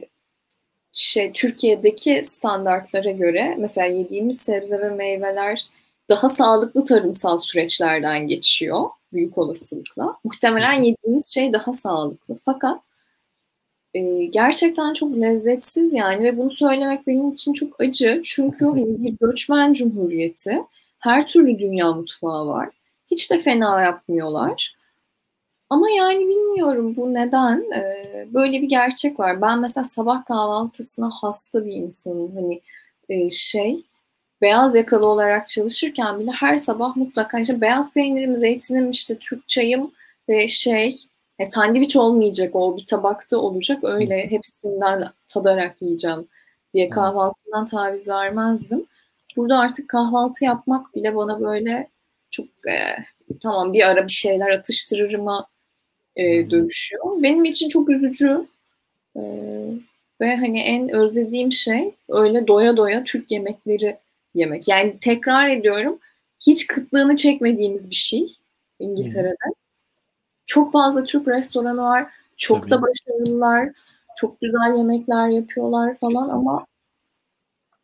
Speaker 2: şey, Türkiye'deki standartlara göre mesela yediğimiz sebze ve meyveler daha sağlıklı tarımsal süreçlerden geçiyor büyük olasılıkla.
Speaker 1: Hı
Speaker 2: Muhtemelen
Speaker 1: hı.
Speaker 2: yediğimiz şey daha sağlıklı. Fakat e, gerçekten çok lezzetsiz yani, ve bunu söylemek benim için çok acı. Çünkü hani bir göçmen cumhuriyeti, her türlü dünya mutfağı var. Hiç de fena yapmıyorlar. Ama yani bilmiyorum bu neden. Ee, böyle bir gerçek var. Ben mesela sabah kahvaltısına hasta bir insanım. Hani e, şey, beyaz yakalı olarak çalışırken bile her sabah mutlaka işte beyaz peynirim, zeytinim, işte Türk çayım ve şey, e, sandviç olmayacak, o bir tabakta olacak.
Speaker 1: Hı.
Speaker 2: Öyle hepsinden tadarak yiyeceğim diye
Speaker 1: Evet.
Speaker 2: kahvaltımdan taviz vermezdim. Burada artık kahvaltı yapmak bile bana böyle çok e, tamam, bir ara bir şeyler atıştırırıma e,
Speaker 1: Hı.
Speaker 2: dönüşüyor. Benim için çok üzücü. E, ve hani en özlediğim şey öyle doya doya Türk yemekleri yemek. Yani tekrar ediyorum, hiç kıtlığını çekmediğimiz bir şey
Speaker 1: Hı hı.
Speaker 2: İngiltere'de. Çok fazla Türk restoranı var. Çok da
Speaker 1: Tabii.
Speaker 2: başarılılar. Çok güzel yemekler yapıyorlar falan,
Speaker 1: Kesinlikle.
Speaker 2: ama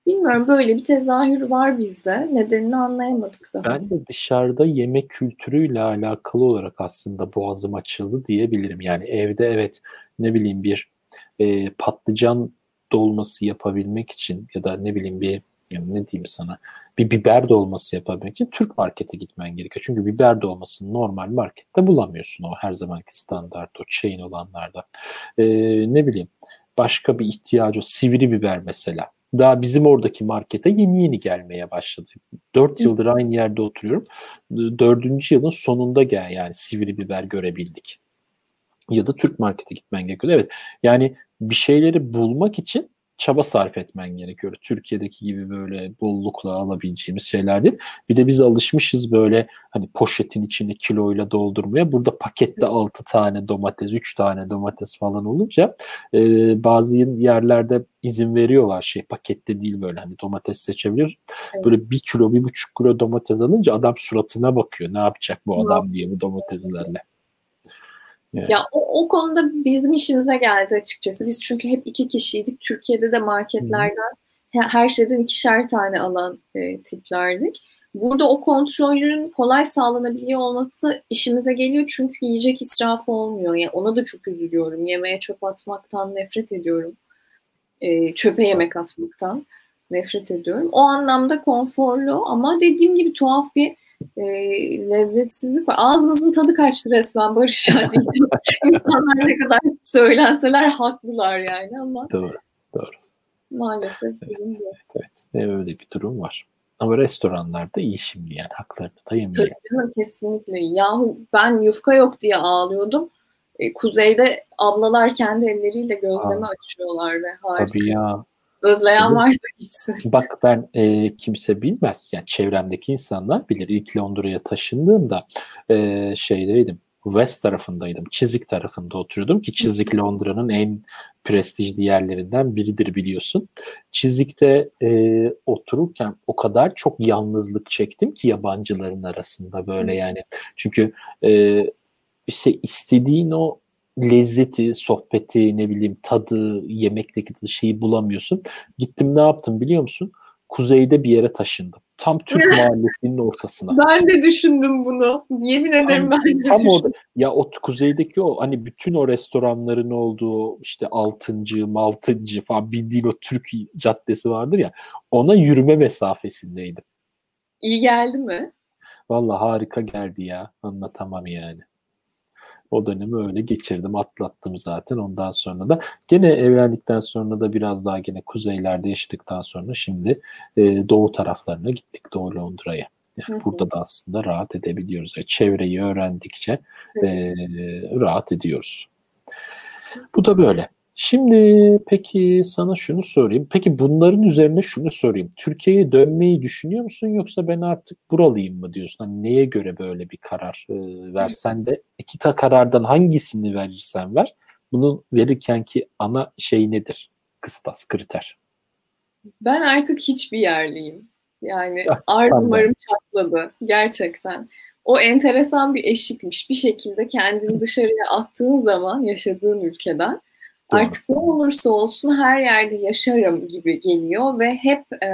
Speaker 2: Bilmiyorum, böyle bir tezahür var bizde. Nedenini anlayamadık daha.
Speaker 1: Ben de dışarıda yemek kültürüyle alakalı olarak aslında boğazım açıldı diyebilirim. Yani evde evet ne bileyim bir e, patlıcan dolması yapabilmek için ya da ne bileyim bir yani ne diyeyim sana bir biber dolması yapabilmek için Türk markete gitmen gerekiyor. Çünkü biber dolmasını normal markette bulamıyorsun, o her zamanki standart o chain olanlarda. E, ne bileyim başka bir ihtiyacı, sivri biber mesela. Daha bizim oradaki markete yeni yeni gelmeye başladı. Dört yıldır aynı yerde oturuyorum. Dördüncü yılın sonunda gel yani sivri biber görebildik. Ya da Türk markete gitmen gerekiyor. Evet yani bir şeyleri bulmak için çaba sarf etmen gerekiyor. Türkiye'deki gibi böyle bollukla alabileceğimiz şeyler değil. Bir de biz alışmışız böyle hani poşetin içini kiloyla doldurmaya. Burada pakette altı tane domates, üç tane domates falan olunca e, bazı yerlerde izin veriyorlar, şey pakette değil, böyle hani domates seçebiliyoruz.
Speaker 2: Evet.
Speaker 1: Böyle bir kilo, bir buçuk kilo domates alınca adam suratına bakıyor. Ne yapacak bu adam diye bu domateslerle. Yani.
Speaker 2: Ya o, o konuda bizim işimize geldi açıkçası. Biz çünkü hep iki kişiydik. Türkiye'de de marketlerden her şeyden ikişer tane alan e, tiplerdik. Burada o kontrolün kolay sağlanabiliyor olması işimize geliyor çünkü yiyecek israfı olmuyor. Yani ona da çok üzülüyorum. Yemeğe çöp atmaktan nefret ediyorum. E, çöpe yemek atmaktan nefret ediyorum. O anlamda konforlu ama dediğim gibi tuhaf bir e, lezzetsizlik var. Ağzımızın tadı kaçtı resmen Barış ya diyeceğim. İnsanlar ne kadar söylenseler haklılar yani ama
Speaker 1: Doğru, doğru.
Speaker 2: maalesef
Speaker 1: Evet,
Speaker 2: durum bu.
Speaker 1: evet, evet. Öyle bir durum var. Ama restoranlarda iyi şimdi yani haklarını da
Speaker 2: Tabii
Speaker 1: yemeyelim.
Speaker 2: canım, kesinlikle. Yahu ben yufka yok diye ağlıyordum. E, kuzeyde ablalar kendi elleriyle gözleme
Speaker 1: Aa,
Speaker 2: açıyorlar ve
Speaker 1: tabii
Speaker 2: harika.
Speaker 1: ya.
Speaker 2: Özleyen
Speaker 1: Tabii.
Speaker 2: varsa gitsin.
Speaker 1: Bak ben e, kimse bilmez. Yani çevremdeki insanlar bilir. İlk Londra'ya taşındığımda e, şeydeydim. West tarafındaydım. Chiswick tarafında oturuyordum ki Chiswick Londra'nın en prestijli yerlerinden biridir biliyorsun. Chiswick'te e, otururken o kadar çok yalnızlık çektim ki yabancıların arasında böyle yani. Çünkü e, işte istediğin o lezzeti, sohbeti, ne bileyim tadı, yemekteki tadı şeyi bulamıyorsun. Gittim ne yaptım biliyor musun? Kuzeyde bir yere taşındım. Tam Türk mahallesinin ortasına.
Speaker 2: Ben de düşündüm bunu. Yemin ederim
Speaker 1: Tam
Speaker 2: ben de
Speaker 1: tam orada
Speaker 2: düşündüm.
Speaker 1: ya, o kuzeydeki o hani bütün o restoranların olduğu işte altıncı, maltıncı falan bildiğin o Türk caddesi vardır ya, ona yürüme mesafesindeydim.
Speaker 2: İyi geldi mi?
Speaker 1: Vallahi harika geldi ya. Anlatamam yani. O dönemi öyle geçirdim, atlattım zaten. Ondan sonra da gene evlendikten sonra da biraz daha gene kuzeylerde yaşadıktan sonra şimdi e, doğu taraflarına gittik, Doğu Londra'ya.
Speaker 2: Hı
Speaker 1: Yani
Speaker 2: hı.
Speaker 1: burada da aslında rahat edebiliyoruz. Yani çevreyi öğrendikçe
Speaker 2: Evet.
Speaker 1: e, rahat ediyoruz. Bu da böyle. Şimdi peki sana şunu sorayım. Peki bunların üzerine şunu sorayım. Türkiye'ye dönmeyi düşünüyor musun yoksa ben artık buralıyım mı diyorsun? Hani neye göre böyle bir karar e, versen de iki ta karardan hangisini verirsen ver. Bunu verirken ki ana şey nedir? Kıstas, kriter.
Speaker 2: Ben artık hiçbir yerliyim. Yani
Speaker 1: Ah,
Speaker 2: ar
Speaker 1: tam ben.
Speaker 2: damarım çatladı gerçekten. O enteresan bir eşikmiş. Bir şekilde kendini dışarıya attığın zaman yaşadığın ülkeden
Speaker 1: Doğru.
Speaker 2: artık ne olursa olsun her yerde yaşarım gibi geliyor ve hep e,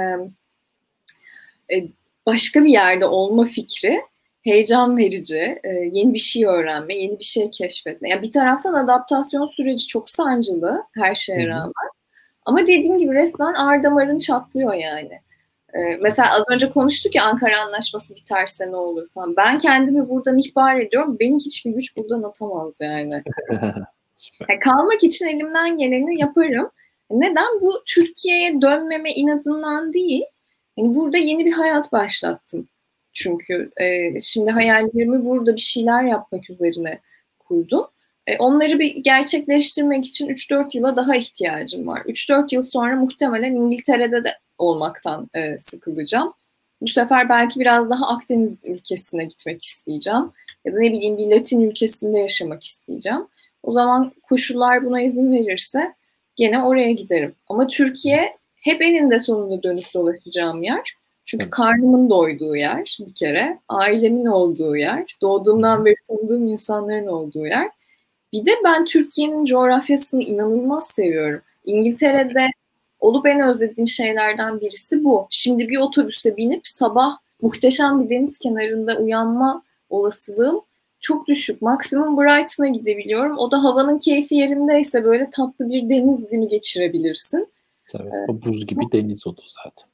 Speaker 2: e, başka bir yerde olma fikri heyecan verici, e, yeni bir şey öğrenme, yeni bir şey keşfetme. Yani bir taraftan adaptasyon süreci çok sancılı her
Speaker 1: Hı
Speaker 2: şeye
Speaker 1: hı.
Speaker 2: rağmen. Ama dediğim gibi resmen ar damarın çatlıyor yani. Ee, mesela az önce konuştuk ya Ankara Anlaşması biterse ne olur falan. Ben kendimi buradan ihbar ediyorum. Beni hiçbir güç buradan atamaz yani.
Speaker 1: Süper.
Speaker 2: Yani kalmak için elimden geleni yaparım. Neden? Bu Türkiye'ye dönmeme inadından değil. Yani burada yeni bir hayat başlattım. Çünkü e, şimdi hayallerimi burada bir şeyler yapmak üzerine kurdum. E, onları bir gerçekleştirmek için üç dört yıla daha ihtiyacım var. üç dört yıl sonra muhtemelen İngiltere'de de olmaktan e, sıkılacağım. Bu sefer belki biraz daha Akdeniz ülkesine gitmek isteyeceğim. Ya da ne bileyim bir Latin ülkesinde yaşamak isteyeceğim. O zaman koşullar buna izin verirse gene oraya giderim. Ama Türkiye hep eninde sonunda dönüp dolaşacağım yer. Çünkü
Speaker 1: Evet.
Speaker 2: karnımın doyduğu yer bir kere, ailemin olduğu yer, doğduğumdan beri tanıdığım insanların olduğu yer. Bir de ben Türkiye'nin coğrafyasını inanılmaz seviyorum. İngiltere'de olup en özlediğim şeylerden birisi bu. Şimdi bir otobüse binip sabah muhteşem bir deniz kenarında uyanma olasılığım çok düşük. Maksimum Brighton'a gidebiliyorum. O da havanın keyfi yerindeyse böyle tatlı bir deniz günü geçirebilirsin.
Speaker 1: Tabii, o buz gibi deniz oldu zaten.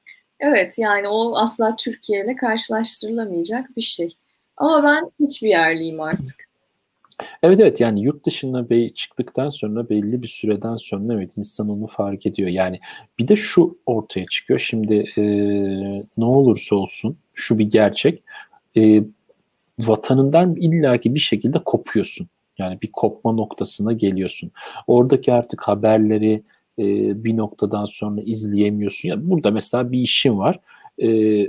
Speaker 2: Evet, yani o asla Türkiye ile karşılaştırılamayacak bir şey. Ama ben hiçbir yerliyim artık.
Speaker 1: Evet evet, yani yurt dışına be çıktıktan sonra belli bir süreden sonra evet insan onu fark ediyor. Yani bir de şu ortaya çıkıyor. Şimdi e, ne olursa olsun şu bir gerçek. E, vatanından illaki bir şekilde kopuyorsun. Yani bir kopma noktasına geliyorsun. Oradaki artık haberleri e, bir noktadan sonra izleyemiyorsun. Ya burada mesela bir işim var. E,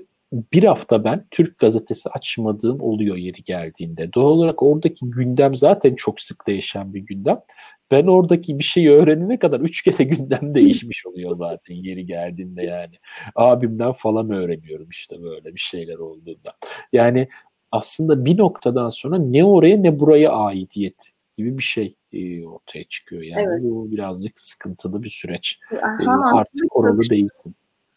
Speaker 1: bir hafta ben Türk gazetesi açmadığım oluyor yeri geldiğinde. Doğal olarak oradaki gündem zaten çok sık değişen bir gündem. Ben oradaki bir şeyi öğrenene kadar üç kere gündem değişmiş oluyor zaten yeri geldiğinde yani. Abimden falan öğreniyorum işte böyle bir şeyler olduğunda. Yani aslında bir noktadan sonra ne oraya ne buraya aidiyet gibi bir şey e, ortaya çıkıyor. Yani
Speaker 2: Evet.
Speaker 1: bu birazcık sıkıntılı bir süreç. E,
Speaker 2: Hem
Speaker 1: artık oralı değilsin.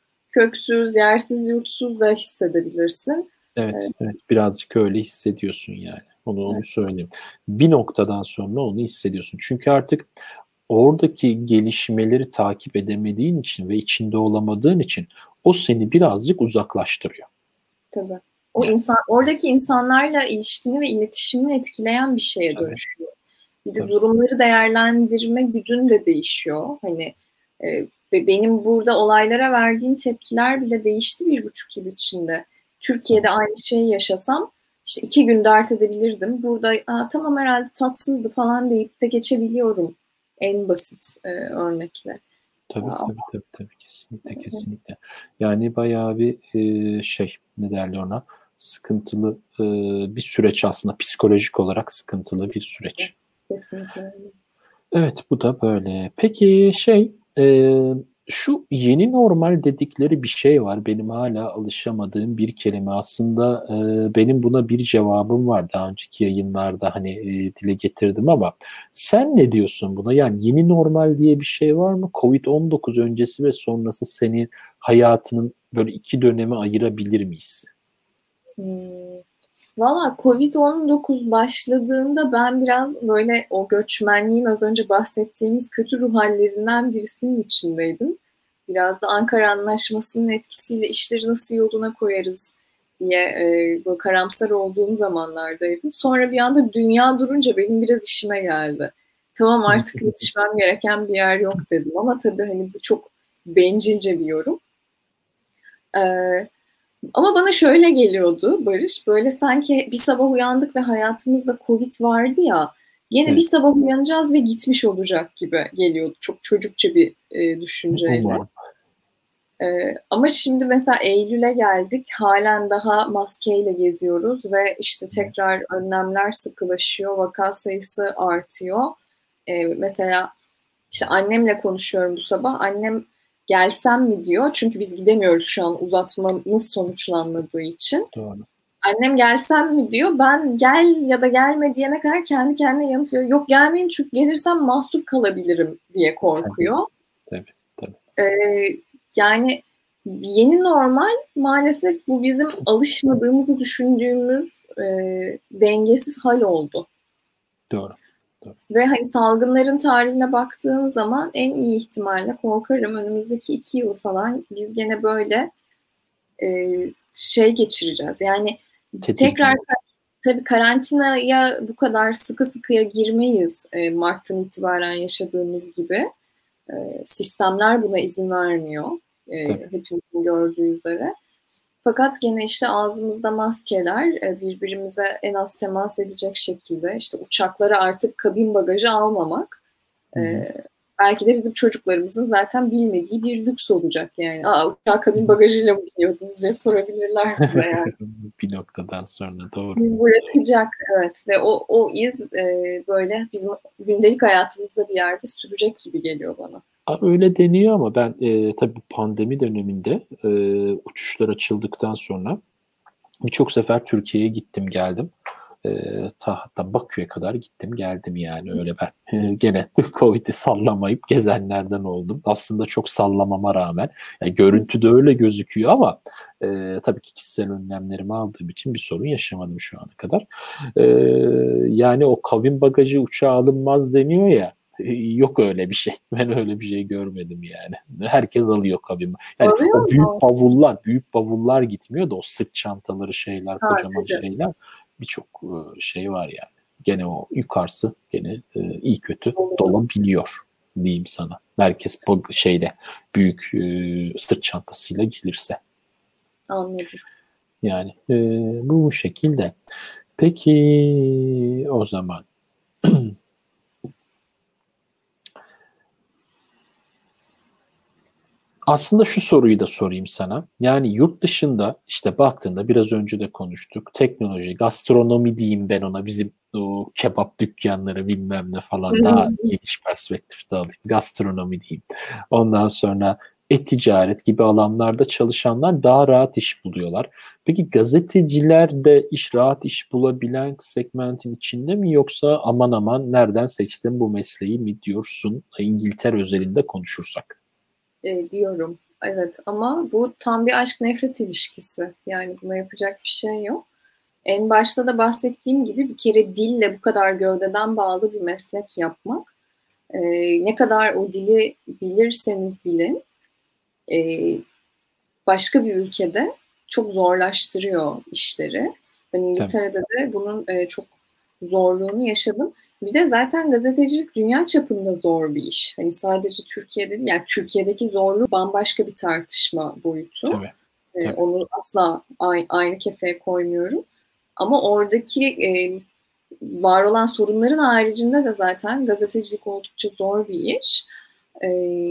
Speaker 2: köksüz, yersiz, yurtsuz da hissedebilirsin.
Speaker 1: Evet, evet, birazcık öyle hissediyorsun yani. Onu onu söyleyeyim. Bir noktadan sonra onu hissediyorsun. Çünkü artık oradaki gelişmeleri takip edemediğin için ve içinde olamadığın için o seni birazcık uzaklaştırıyor.
Speaker 2: Tabii. O
Speaker 1: Yani.
Speaker 2: insan, oradaki insanlarla ilişkini ve iletişimini etkileyen bir şeye
Speaker 1: Tabii.
Speaker 2: dönüşüyor. Bir de
Speaker 1: Tabii.
Speaker 2: durumları değerlendirme güdün de değişiyor. Hani e, benim burada olaylara verdiğim tepkiler bile değişti bir buçuk yıl içinde. Türkiye'de
Speaker 1: Tabii.
Speaker 2: aynı şeyi yaşasam işte iki gün dert edebilirdim. Burada tamam herhalde tatsızdı falan deyip de geçebiliyorum. En basit e, örnekle.
Speaker 1: Tabii,
Speaker 2: Aa,
Speaker 1: tabii, tabii, tabii, kesinlikle, kesinlikle. Yani bayağı bir e, şey, ne derler ona, sıkıntılı e, bir süreç aslında, psikolojik olarak sıkıntılı bir süreç.
Speaker 2: Kesinlikle.
Speaker 1: Evet, bu da böyle. Peki şey, e, şu yeni normal dedikleri bir şey var. Benim hala alışamadığım bir kelime. Aslında e, benim buna bir cevabım var. Daha önceki yayınlarda hani e, dile getirdim ama sen ne diyorsun buna? Yani yeni normal diye bir şey var mı? covid on dokuz öncesi ve sonrası senin hayatının böyle iki döneme ayırabilir miyiz?
Speaker 2: Hmm. Valla covid on dokuz başladığında ben biraz böyle o göçmenliğin az önce bahsettiğimiz kötü ruh hallerinden birisinin içindeydim. Biraz da Ankara Anlaşması'nın etkisiyle işleri nasıl yoluna koyarız diye e, böyle karamsar olduğum zamanlardaydım. Sonra bir anda dünya durunca benim biraz işime geldi. Tamam artık yetişmem gereken bir yer yok dedim ama tabii hani bu çok bencilce bir yorum. Ee, Ama bana şöyle geliyordu Barış, böyle sanki bir sabah uyandık ve hayatımızda Covid vardı ya, yine bir
Speaker 1: Evet,
Speaker 2: sabah uyanacağız ve gitmiş olacak gibi geliyordu. Çok çocukça bir e, düşünceyle.
Speaker 1: umarım.
Speaker 2: E, ama şimdi mesela Eylül'e geldik, halen daha maskeyle geziyoruz ve işte tekrar önlemler sıkılaşıyor, vaka sayısı artıyor. E, mesela işte annemle konuşuyorum bu sabah, annem gelsem mi diyor. Çünkü biz gidemiyoruz şu an uzatmamız sonuçlanmadığı için.
Speaker 1: Doğru.
Speaker 2: Annem gelsem mi diyor. Ben gel ya da gelme diyene kadar kendi kendine yanıt veriyor. Yok gelmeyin çünkü gelirsem mahsur kalabilirim diye
Speaker 1: Tabii,
Speaker 2: korkuyor.
Speaker 1: tabii, tabii.
Speaker 2: Ee, yani yeni normal maalesef bu bizim alışmadığımızı düşündüğümüz e, dengesiz hal oldu.
Speaker 1: Doğru.
Speaker 2: Ve hani salgınların tarihine baktığın zaman en iyi ihtimalle korkarım önümüzdeki iki yıl falan biz gene böyle e, şey geçireceğiz. Yani
Speaker 1: Tedirgin.
Speaker 2: tekrar tabii karantinaya bu kadar sıkı sıkıya girmeyiz e, Mart'tan itibaren yaşadığımız gibi. E, sistemler buna izin vermiyor. E, hepimizin gördüğü üzere. Fakat gene işte ağzımızda maskeler, e, birbirimize en az temas edecek şekilde, işte uçaklara artık kabin bagajı almamak.
Speaker 1: Hı hı.
Speaker 2: Belki de bizim çocuklarımızın zaten bilmediği bir lüks olacak yani. Aa, uçağa kabin bagajıyla mı biniyordunuz diye sorabilirler bize yani.
Speaker 1: Bir noktadan sonra doğru.
Speaker 2: Biz bırakacak, evet, ve o o iz e, böyle bizim gündelik hayatımızda bir yerde sürecek gibi geliyor bana.
Speaker 1: Öyle deniyor ama ben e, tabii pandemi döneminde e, uçuşlar açıldıktan sonra birçok sefer Türkiye'ye gittim geldim. E, ta, hatta Bakü'ye kadar gittim geldim yani öyle ben. E, gene Covid'i sallamayıp gezenlerden oldum. Aslında çok sallamama rağmen. Yani görüntüde öyle gözüküyor ama e, tabii ki kişisel önlemlerimi aldığım için bir sorun yaşamadım şu ana kadar. E, yani o kabin bagajı uçağa alınmaz deniyor ya. E, Yok öyle bir şey. Ben öyle bir şey görmedim yani. Herkes alıyor kabin. Yani
Speaker 2: Oluyor
Speaker 1: o büyük
Speaker 2: mu?
Speaker 1: bavullar, büyük bavullar gitmiyor da o sırt çantaları şeyler,
Speaker 2: Ha,
Speaker 1: kocaman
Speaker 2: tabii.
Speaker 1: şeyler birçok e, şey var yani. Gene o yukarısı gene e, iyi kötü
Speaker 2: Oluyor.
Speaker 1: dolabiliyor diyeyim sana. Herkes bu şeyle büyük e, sırt çantasıyla gelirse.
Speaker 2: Anladım.
Speaker 1: Yani e, bu şekilde. Peki o zaman aslında şu soruyu da sorayım sana. Yani yurt dışında işte baktığında biraz önce de konuştuk. Teknoloji, gastronomi diyeyim ben ona. Bizim o kebap dükkanları bilmem ne falan daha geniş perspektifte alayım. Gastronomi diyeyim. Ondan sonra e-ticaret gibi alanlarda çalışanlar daha rahat iş buluyorlar. Peki gazeteciler de iş rahat iş bulabilen segmentin içinde mi yoksa aman aman nereden seçtin bu mesleği mi diyorsun İngiltere özelinde konuşursak?
Speaker 2: E, diyorum. Evet ama bu tam bir aşk nefret ilişkisi. Yani buna yapacak bir şey yok. En başta da bahsettiğim gibi bir kere dille bu kadar gövdeden bağlı bir meslek yapmak. e, ne kadar o dili bilirseniz bilin e, başka bir ülkede çok zorlaştırıyor işleri. Ben
Speaker 1: Tabii.
Speaker 2: İngiltere'de de bunun e, çok zorluğunu yaşadım. Bir de zaten gazetecilik dünya çapında zor bir iş. Hani sadece Türkiye'de değil, yani Türkiye'deki zorluğu bambaşka bir tartışma boyutu.
Speaker 1: Tabii.
Speaker 2: E,
Speaker 1: Tabii.
Speaker 2: onu asla aynı, aynı kefeye koymuyorum. Ama oradaki e, var olan sorunların haricinde de zaten gazetecilik oldukça zor bir iş. E,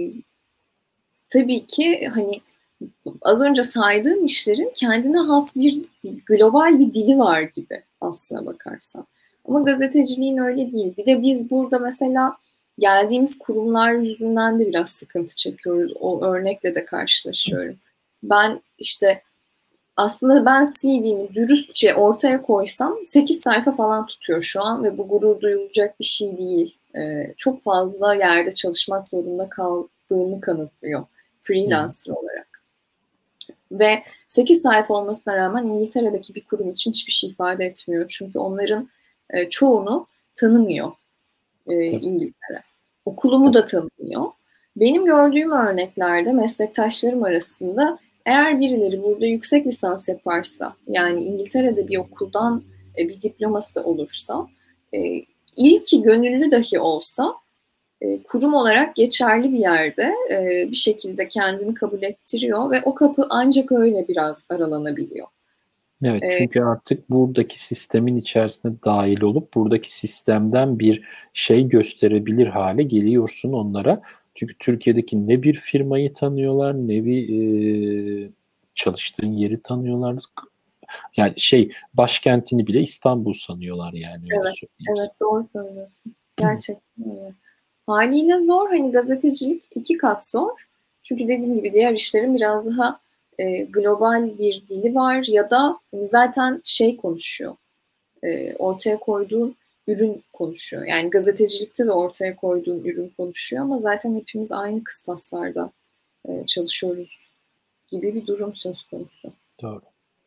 Speaker 2: tabii ki hani az önce saydığım işlerin kendine has bir global bir dili var gibi aslına bakarsan. Ama gazeteciliğin öyle değil. Bir de biz burada mesela geldiğimiz kurumlar yüzünden de biraz sıkıntı çekiyoruz. O örnekle de karşılaşıyorum. Ben işte aslında ben C V'mi dürüstçe ortaya koysam sekiz sayfa falan tutuyor şu an ve bu gurur duyulacak bir şey değil. Ee, çok fazla yerde çalışmak zorunda kaldığını kanıtlıyor
Speaker 1: Hı hı.
Speaker 2: freelancer olarak. Ve sekiz sayfa olmasına rağmen İngiltere'deki bir kurum için hiçbir şey ifade etmiyor. Çünkü onların e, çoğunu tanımıyor e,
Speaker 1: Tabii.
Speaker 2: İngiltere. Okulumu
Speaker 1: Tabii.
Speaker 2: da tanımıyor. Benim gördüğüm örneklerde meslektaşlarım arasında eğer birileri burada yüksek lisans yaparsa, yani İngiltere'de bir okuldan e, bir diploması olursa, e, ilki gönüllü dahi olsa e, kurum olarak geçerli bir yerde e, bir şekilde kendini kabul ettiriyor ve o kapı ancak öyle biraz aralanabiliyor.
Speaker 1: Evet,
Speaker 2: E,
Speaker 1: çünkü artık buradaki sistemin içerisine dahil olup buradaki sistemden bir şey gösterebilir hale geliyorsun onlara. Çünkü Türkiye'deki ne bir firmayı tanıyorlar ne bir e, çalıştığın yeri tanıyorlar. Yani şey başkentini bile İstanbul sanıyorlar yani öyle
Speaker 2: evet,
Speaker 1: söyleyeyim
Speaker 2: evet
Speaker 1: sana.
Speaker 2: doğru söylüyorsun. Gerçekten öyle. Haliyle zor. Hani gazetecilik iki kat zor. Çünkü dediğim gibi diğer işlerin biraz daha e, global bir dili var ya da hani zaten şey konuşuyor. E, ortaya koyduğun ürün konuşuyor. Yani gazetecilikte de ortaya koyduğun ürün konuşuyor ama zaten hepimiz aynı kıstaslarda e, çalışıyoruz gibi bir durum söz konusu.
Speaker 1: Doğru.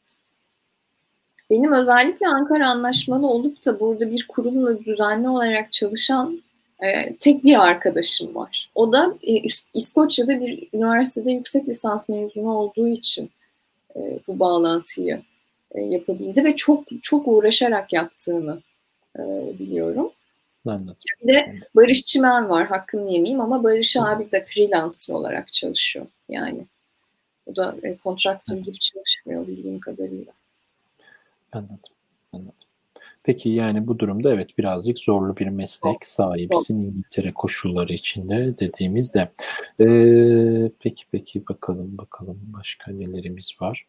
Speaker 2: Benim özellikle Ankara Anlaşmalı olup da burada bir kurumla düzenli olarak çalışan e, tek bir arkadaşım var. O da e, İskoçya'da bir üniversitede yüksek lisans mezunu olduğu için e, bu bağlantıyı e, yapabildi ve çok çok uğraşarak yaptığını e, biliyorum.
Speaker 1: Anladım.
Speaker 2: Bir de
Speaker 1: Anladım.
Speaker 2: Barış Çimen var, hakkını yemeyeyim ama Barış abi de freelancer olarak çalışıyor. Yani o da e, kontraktör gibi çalışmıyor bildiğim kadarıyla.
Speaker 1: Anladım. Anladım. Peki yani bu durumda evet birazcık zorlu bir meslek sahipsin İngiltere koşulları içinde dediğimizde. Ee, peki peki bakalım bakalım başka nelerimiz var.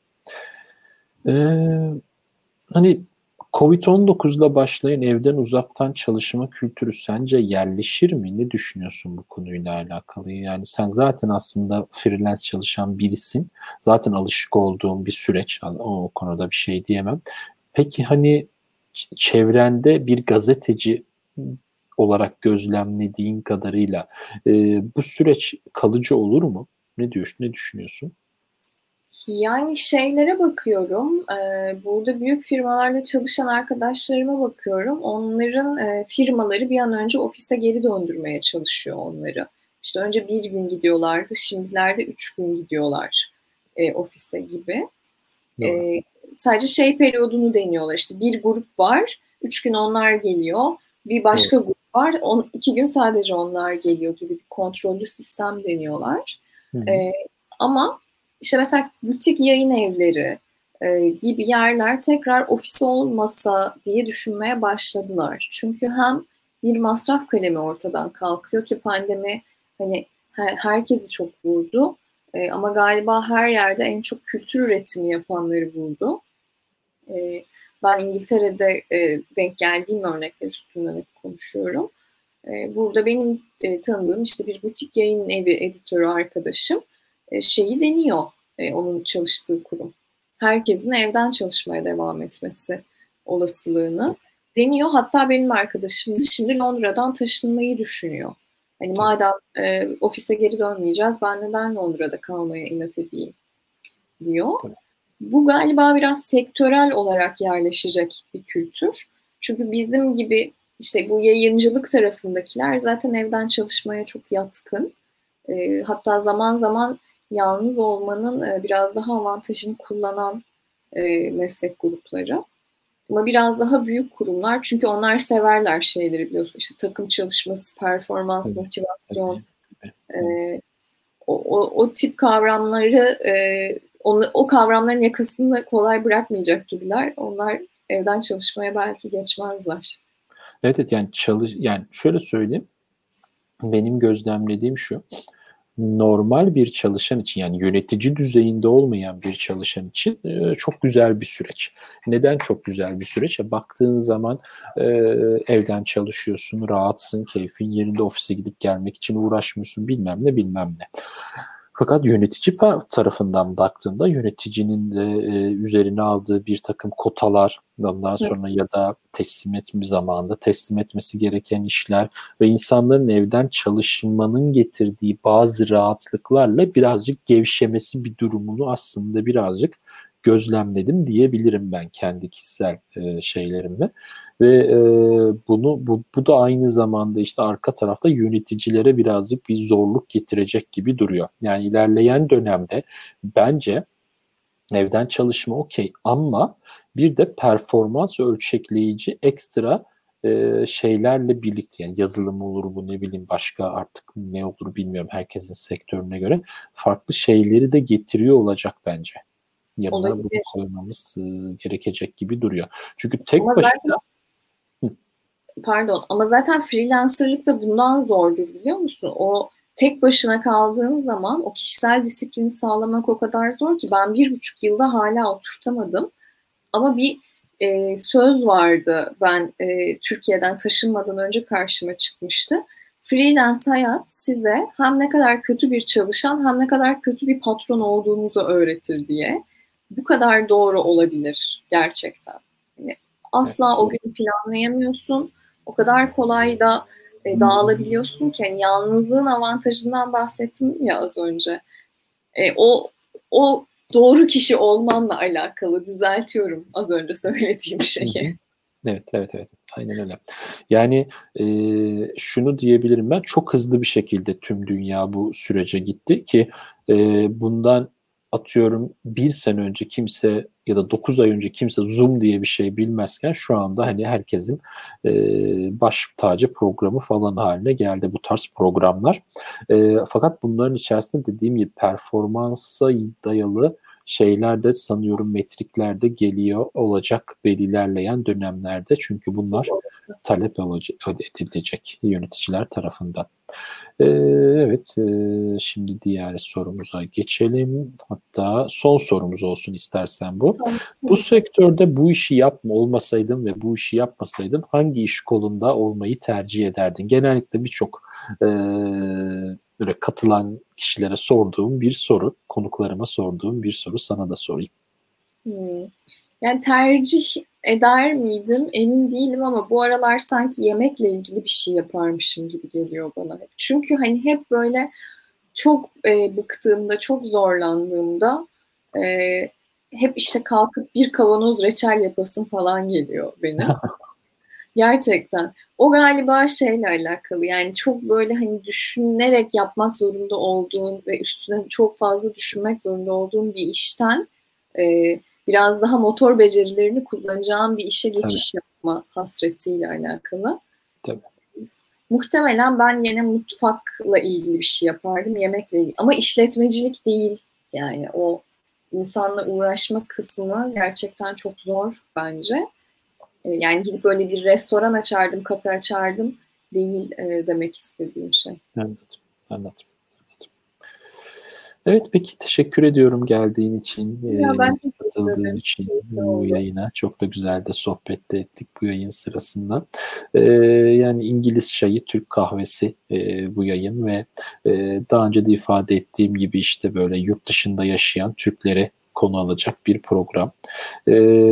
Speaker 1: Ee, hani covid on dokuzla başlayan evden uzaktan çalışma kültürü sence yerleşir mi? Ne düşünüyorsun bu konuyla alakalı? Yani sen zaten aslında freelance çalışan birisin. Zaten alışık olduğun bir süreç. O, o konuda bir şey diyemem. Peki hani çevrende bir gazeteci olarak gözlemlediğin kadarıyla e, bu süreç kalıcı olur mu? Ne diyorsun? Ne düşünüyorsun?
Speaker 2: Yani şeylere bakıyorum, e, burada büyük firmalarla çalışan arkadaşlarıma bakıyorum. Onların e, firmaları bir an önce ofise geri döndürmeye çalışıyor onları. İşte önce bir gün gidiyorlardı, şimdilerde üç gün gidiyorlar e, ofise gibi.
Speaker 1: Doğru.
Speaker 2: E, sadece şey periyodunu deniyorlar. İşte bir grup var, üç gün onlar geliyor. Bir başka
Speaker 1: Doğru.
Speaker 2: grup var, on, iki gün sadece onlar geliyor gibi bir kontrollü sistem deniyorlar.
Speaker 1: Hı hı.
Speaker 2: E, ama işte mesela butik yayın evleri e, gibi yerler tekrar ofis olmasa diye düşünmeye başladılar. Çünkü hem bir masraf kalemi ortadan kalkıyor ki pandemi hani her, herkesi çok vurdu. E, ama galiba her yerde en çok kültür üretimi yapanları vurdu. E, ben İngiltere'de e, denk geldiğim örnekler üstünden hep konuşuyorum. E, burada benim e, tanıdığım işte bir butik yayın evi editörü arkadaşım e, şeyi deniyor. E, onun çalıştığı kurum. Herkesin evden çalışmaya devam etmesi olasılığını deniyor. Hatta benim arkadaşım da şimdi Londra'dan taşınmayı düşünüyor. Hani
Speaker 1: Tabii.
Speaker 2: madem e, ofise geri dönmeyeceğiz, ben neden Londra'da kalmaya inat edeyim diyor.
Speaker 1: Tabii.
Speaker 2: Bu galiba biraz sektörel olarak yerleşecek bir kültür. Çünkü bizim gibi işte bu yayıncılık tarafındakiler zaten evden çalışmaya çok yatkın. E, hatta zaman zaman yalnız olmanın e, biraz daha avantajını kullanan e, meslek grupları. Ama biraz daha büyük kurumlar, çünkü onlar severler şeyleri, biliyorsun. İşte takım çalışması, performans,
Speaker 1: Tabii.
Speaker 2: motivasyon,
Speaker 1: Tabii.
Speaker 2: e,
Speaker 1: Tabii.
Speaker 2: o, o, o tip kavramları e, onu, o kavramların yakasını kolay bırakmayacak gibiler. Onlar evden çalışmaya belki geçmezler.
Speaker 1: Evet, evet, yani çalış yani şöyle söyleyeyim. Benim gözlemlediğim şu. Normal bir çalışan için, yani yönetici düzeyinde olmayan bir çalışan için e, çok güzel bir süreç. Neden çok güzel bir süreç? Ya, baktığın zaman e, evden çalışıyorsun, rahatsın, keyfin yerinde, ofise gidip gelmek için uğraşmıyorsun, bilmem ne bilmem ne. Fakat yönetici tarafından baktığında yöneticinin de e, üzerine aldığı bir takım kotalar, ondan sonra ya da teslim etme zamanında teslim etmesi gereken işler ve insanların evden çalışmanın getirdiği bazı rahatlıklarla birazcık gevşemesi bir durumunu aslında birazcık gözlemledim diyebilirim ben kendi kişisel e, şeylerimle. Ve e, bunu bu, bu da aynı zamanda işte arka tarafta yöneticilere birazcık bir zorluk getirecek gibi duruyor. Yani ilerleyen dönemde bence evden çalışma okey, ama bir de performans ölçekleyici ekstra e, şeylerle birlikte, yani yazılım olur bu, ne bileyim başka artık ne olur bilmiyorum, herkesin sektörüne göre farklı şeyleri de getiriyor olacak bence. Yanına bunu
Speaker 2: Olabilir.
Speaker 1: koymamız e, gerekecek gibi duruyor. Çünkü tek
Speaker 2: Ama zaten
Speaker 1: başına hı,
Speaker 2: pardon ama zaten freelancerlık da bundan zordur, biliyor musun? O tek başına kaldığın zaman o kişisel disiplini sağlamak o kadar zor ki ben bir buçuk yılda hala oturtamadım. Ama bir e, söz vardı, ben e, Türkiye'den taşınmadan önce karşıma çıkmıştı. Freelance hayat size hem ne kadar kötü bir çalışan hem ne kadar kötü bir patron olduğunuzu öğretir diye. Bu kadar doğru olabilir gerçekten. Yani asla
Speaker 1: evet.
Speaker 2: o günü planlayamıyorsun. O kadar kolay da e, dağılabiliyorsun ki, yani yalnızlığın avantajından bahsettim ya az önce. E, o o doğru kişi olmanla alakalı, düzeltiyorum az önce söylediğim
Speaker 1: Hı hı.
Speaker 2: şeyi.
Speaker 1: Evet, evet, evet. Aynen öyle. Yani e, şunu diyebilirim ben, çok hızlı bir şekilde tüm dünya bu sürece gitti ki e, bundan atıyorum bir sene önce kimse ya da dokuz ay önce kimse Zoom diye bir şey bilmezken şu anda hani herkesin e, baş tacı programı falan haline geldi bu tarz programlar. E, fakat bunların içerisinde dediğim gibi performansa dayalı şeyler de sanıyorum, metrikler de geliyor olacak belli ilerleyen dönemlerde. Çünkü bunlar talep edilecek yöneticiler tarafından. Ee, evet, e, şimdi diğer sorumuza geçelim. Hatta son sorumuz olsun istersen bu.
Speaker 2: Tamam,
Speaker 1: Bu
Speaker 2: tabii ki.
Speaker 1: sektörde bu işi yapma olmasaydın ve bu işi yapmasaydın hangi iş kolunda olmayı tercih ederdin? Genellikle birçok e, böyle katılan kişilere sorduğum bir soru, konuklarıma sorduğum bir soru, sana da sorayım.
Speaker 2: Hmm. Yani tercih eder miydim emin değilim ama bu aralar sanki yemekle ilgili bir şey yaparmışım gibi geliyor bana. Çünkü hani hep böyle çok e, bıktığımda, çok zorlandığımda e, hep işte kalkıp bir kavanoz reçel yapasım falan geliyor benim. Gerçekten. O galiba şeyle alakalı. Yani çok böyle hani düşünerek yapmak zorunda olduğun ve üstüne çok fazla düşünmek zorunda olduğun bir işten e, biraz daha motor becerilerini kullanacağın bir işe
Speaker 1: Tabii,
Speaker 2: geçiş yapma hasretiyle alakalı.
Speaker 1: tabii.
Speaker 2: Muhtemelen ben yine mutfakla ilgili bir şey yapardım, yemekle ilgili. Ama işletmecilik değil. Yani o insanla uğraşma kısmı gerçekten çok zor bence. E, Yani gidip öyle bir restoran açardım, kafe açardım değil e, demek istediğim şey.
Speaker 1: Anladım, anladım. Evet, peki teşekkür ediyorum geldiğin için,
Speaker 2: Ya
Speaker 1: e,
Speaker 2: ben teşekkür
Speaker 1: katıldığın
Speaker 2: ederim.
Speaker 1: için
Speaker 2: Keyifli
Speaker 1: bu
Speaker 2: oldu.
Speaker 1: yayına. Çok da güzel de sohbet de ettik bu yayın sırasında. E, yani İngiliz çayı, Türk kahvesi e, bu yayın ve e, daha önce de ifade ettiğim gibi işte böyle yurt dışında yaşayan Türklere konu alacak bir program. E,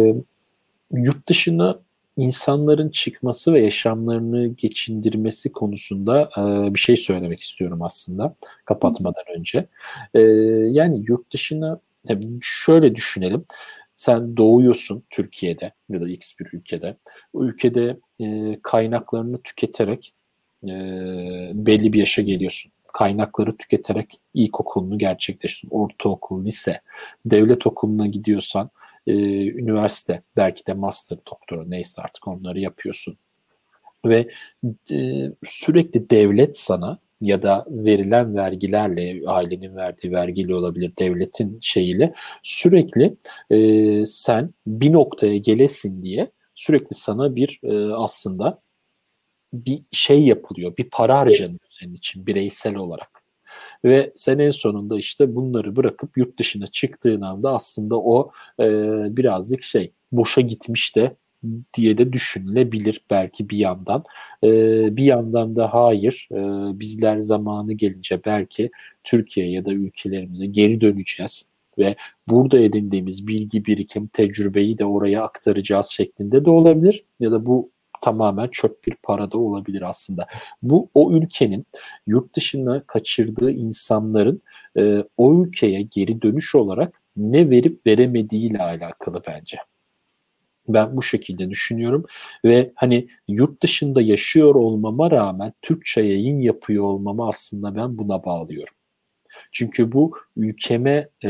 Speaker 1: yurt dışına insanların çıkması ve yaşamlarını geçindirmesi konusunda e, bir şey söylemek istiyorum aslında kapatmadan önce. E, yani yurt dışına tabii şöyle düşünelim. Sen doğuyorsun Türkiye'de ya da X bir ülkede. O ülkede e, kaynaklarını tüketerek e, belli bir yaşa geliyorsun. Kaynakları tüketerek ilkokulunu gerçekleştiriyorsun. Ortaokul, lise, devlet okuluna gidiyorsan e, üniversite, belki de master, doktora neyse artık onları yapıyorsun. Ve e, sürekli devlet sana ya da verilen vergilerle, ailenin verdiği vergiyle olabilir, devletin şeyiyle sürekli e, sen bir noktaya gelesin diye sürekli sana bir e, aslında bir şey yapılıyor, bir para harcanıyor senin için bireysel olarak. Ve sen en sonunda işte bunları bırakıp yurt dışına çıktığın anda aslında o e, birazcık şey boşa gitmiş de diye de düşünülebilir belki bir yandan. E, bir yandan da hayır, e, bizler zamanı gelince belki Türkiye ya da ülkelerimize geri döneceğiz ve burada edindiğimiz bilgi, birikim, tecrübeyi de oraya aktaracağız şeklinde de olabilir. Ya da bu tamamen çöp bir para da olabilir aslında. Bu o ülkenin yurt dışına kaçırdığı insanların e, o ülkeye geri dönüş olarak ne verip veremediğiyle alakalı bence. Ben bu şekilde düşünüyorum ve hani yurt dışında yaşıyor olmama rağmen Türkçe yayın yapıyor olmamı aslında ben buna bağlıyorum. Çünkü bu ülkeme e,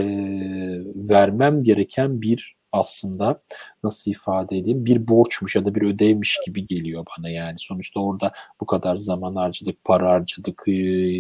Speaker 1: vermem gereken bir aslında nasıl ifade edeyim bir borçmuş ya da bir ödevmiş gibi geliyor bana yani. Sonuçta orada bu kadar zaman harcadık, para harcadık, e,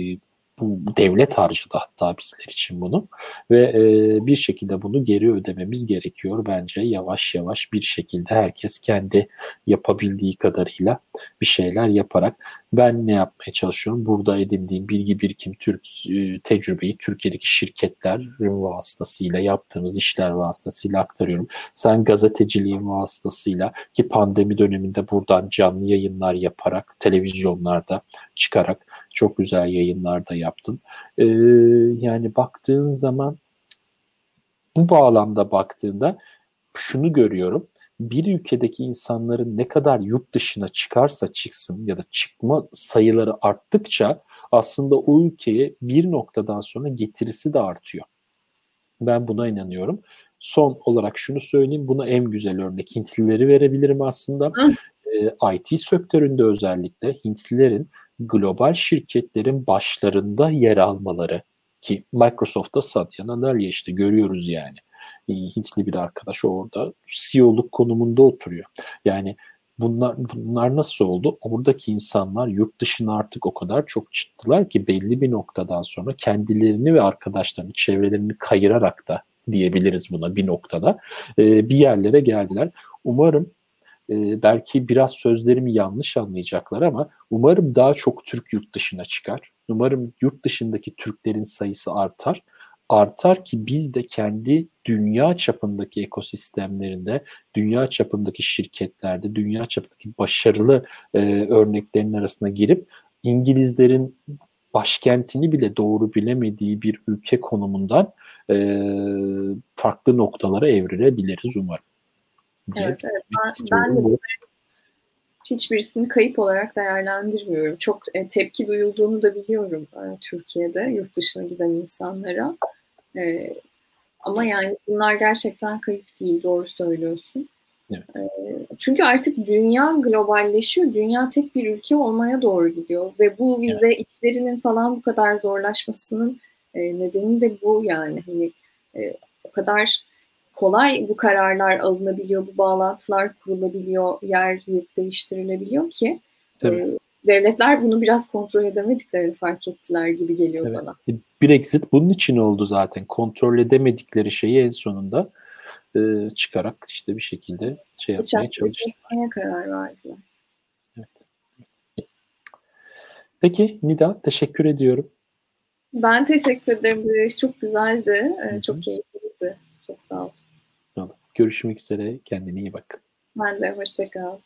Speaker 1: bu devlet harcadı hatta bizler için bunu ve e, bir şekilde bunu geri ödememiz gerekiyor bence yavaş yavaş bir şekilde herkes kendi yapabildiği kadarıyla bir şeyler yaparak ben ne yapmaya çalışıyorum? Burada edindiğim bilgi birikim, Türk e, tecrübeyi Türkiye'deki şirketlerin vasıtasıyla yaptığımız işler vasıtasıyla aktarıyorum. Sen gazeteciliğin vasıtasıyla ki pandemi döneminde buradan canlı yayınlar yaparak televizyonlarda çıkarak çok güzel yayınlar da yaptın. Ee, yani baktığın zaman bu bağlamda baktığında şunu görüyorum. Bir ülkedeki insanların ne kadar yurt dışına çıkarsa çıksın ya da çıkma sayıları arttıkça aslında o ülkeye bir noktadan sonra getirisi de artıyor. Ben buna inanıyorum. Son olarak şunu söyleyeyim. Buna en güzel örnek Hintlileri verebilirim aslında.
Speaker 2: Hı.
Speaker 1: E, I T sektöründe özellikle Hintlilerin global şirketlerin başlarında yer almaları ki Microsoft'ta Satya Nadella işte görüyoruz yani. E, Hintli bir arkadaş orada C E O'luk konumunda oturuyor. Yani bunlar bunlar nasıl oldu? Oradaki insanlar yurt dışına artık o kadar çok çıktılar ki belli bir noktadan sonra kendilerini ve arkadaşlarını, çevrelerini kayırarak da diyebiliriz buna bir noktada e, bir yerlere geldiler. Umarım e, belki biraz sözlerimi yanlış anlayacaklar ama umarım daha çok Türk yurt dışına çıkar. Umarım yurt dışındaki Türklerin sayısı artar. Artar ki biz de kendi dünya çapındaki ekosistemlerinde, dünya çapındaki şirketlerde, dünya çapındaki başarılı e, örneklerin arasına girip İngilizlerin başkentini bile doğru bilemediği bir ülke konumundan e, farklı noktalara evrilebiliriz umarım. diye
Speaker 2: Evet, evet.
Speaker 1: bitirmek
Speaker 2: Ben,
Speaker 1: istiyorum.
Speaker 2: ben de
Speaker 1: Bu
Speaker 2: hiçbirisini kayıp olarak değerlendirmiyorum. Çok e, tepki duyulduğunu da biliyorum e, Türkiye'de yurt dışına giden insanlara. E, ama yani bunlar gerçekten kayıp değil, doğru söylüyorsun.
Speaker 1: evet.
Speaker 2: E, çünkü artık dünya globalleşiyor, dünya tek bir ülke olmaya doğru gidiyor ve bu vize
Speaker 1: Evet.
Speaker 2: işlerinin falan bu kadar zorlaşmasının e, nedeni de bu yani. Hani e, o kadar kolay bu kararlar alınabiliyor, bu bağlantılar kurulabiliyor, yer yurt değiştirilebiliyor ki
Speaker 1: Tabii.
Speaker 2: e, devletler bunu biraz kontrol edemediklerini fark ettiler gibi geliyor
Speaker 1: Tabii.
Speaker 2: bana.
Speaker 1: Brexit bunun için oldu zaten. Kontrol edemedikleri şeyi en sonunda e, çıkarak işte bir şekilde şey yapmaya
Speaker 2: Bıçakları
Speaker 1: çalıştılar.
Speaker 2: kesmeye karar verdiler.
Speaker 1: Evet. Evet. Peki Nida, teşekkür ediyorum.
Speaker 2: Ben teşekkür ederim. Bu yarış çok güzeldi.
Speaker 1: Hı
Speaker 2: E,
Speaker 1: hı.
Speaker 2: çok keyifliydi. Çok sağ ol.
Speaker 1: Görüşmek üzere. Kendine iyi bak.
Speaker 2: Sen de hoşça kal.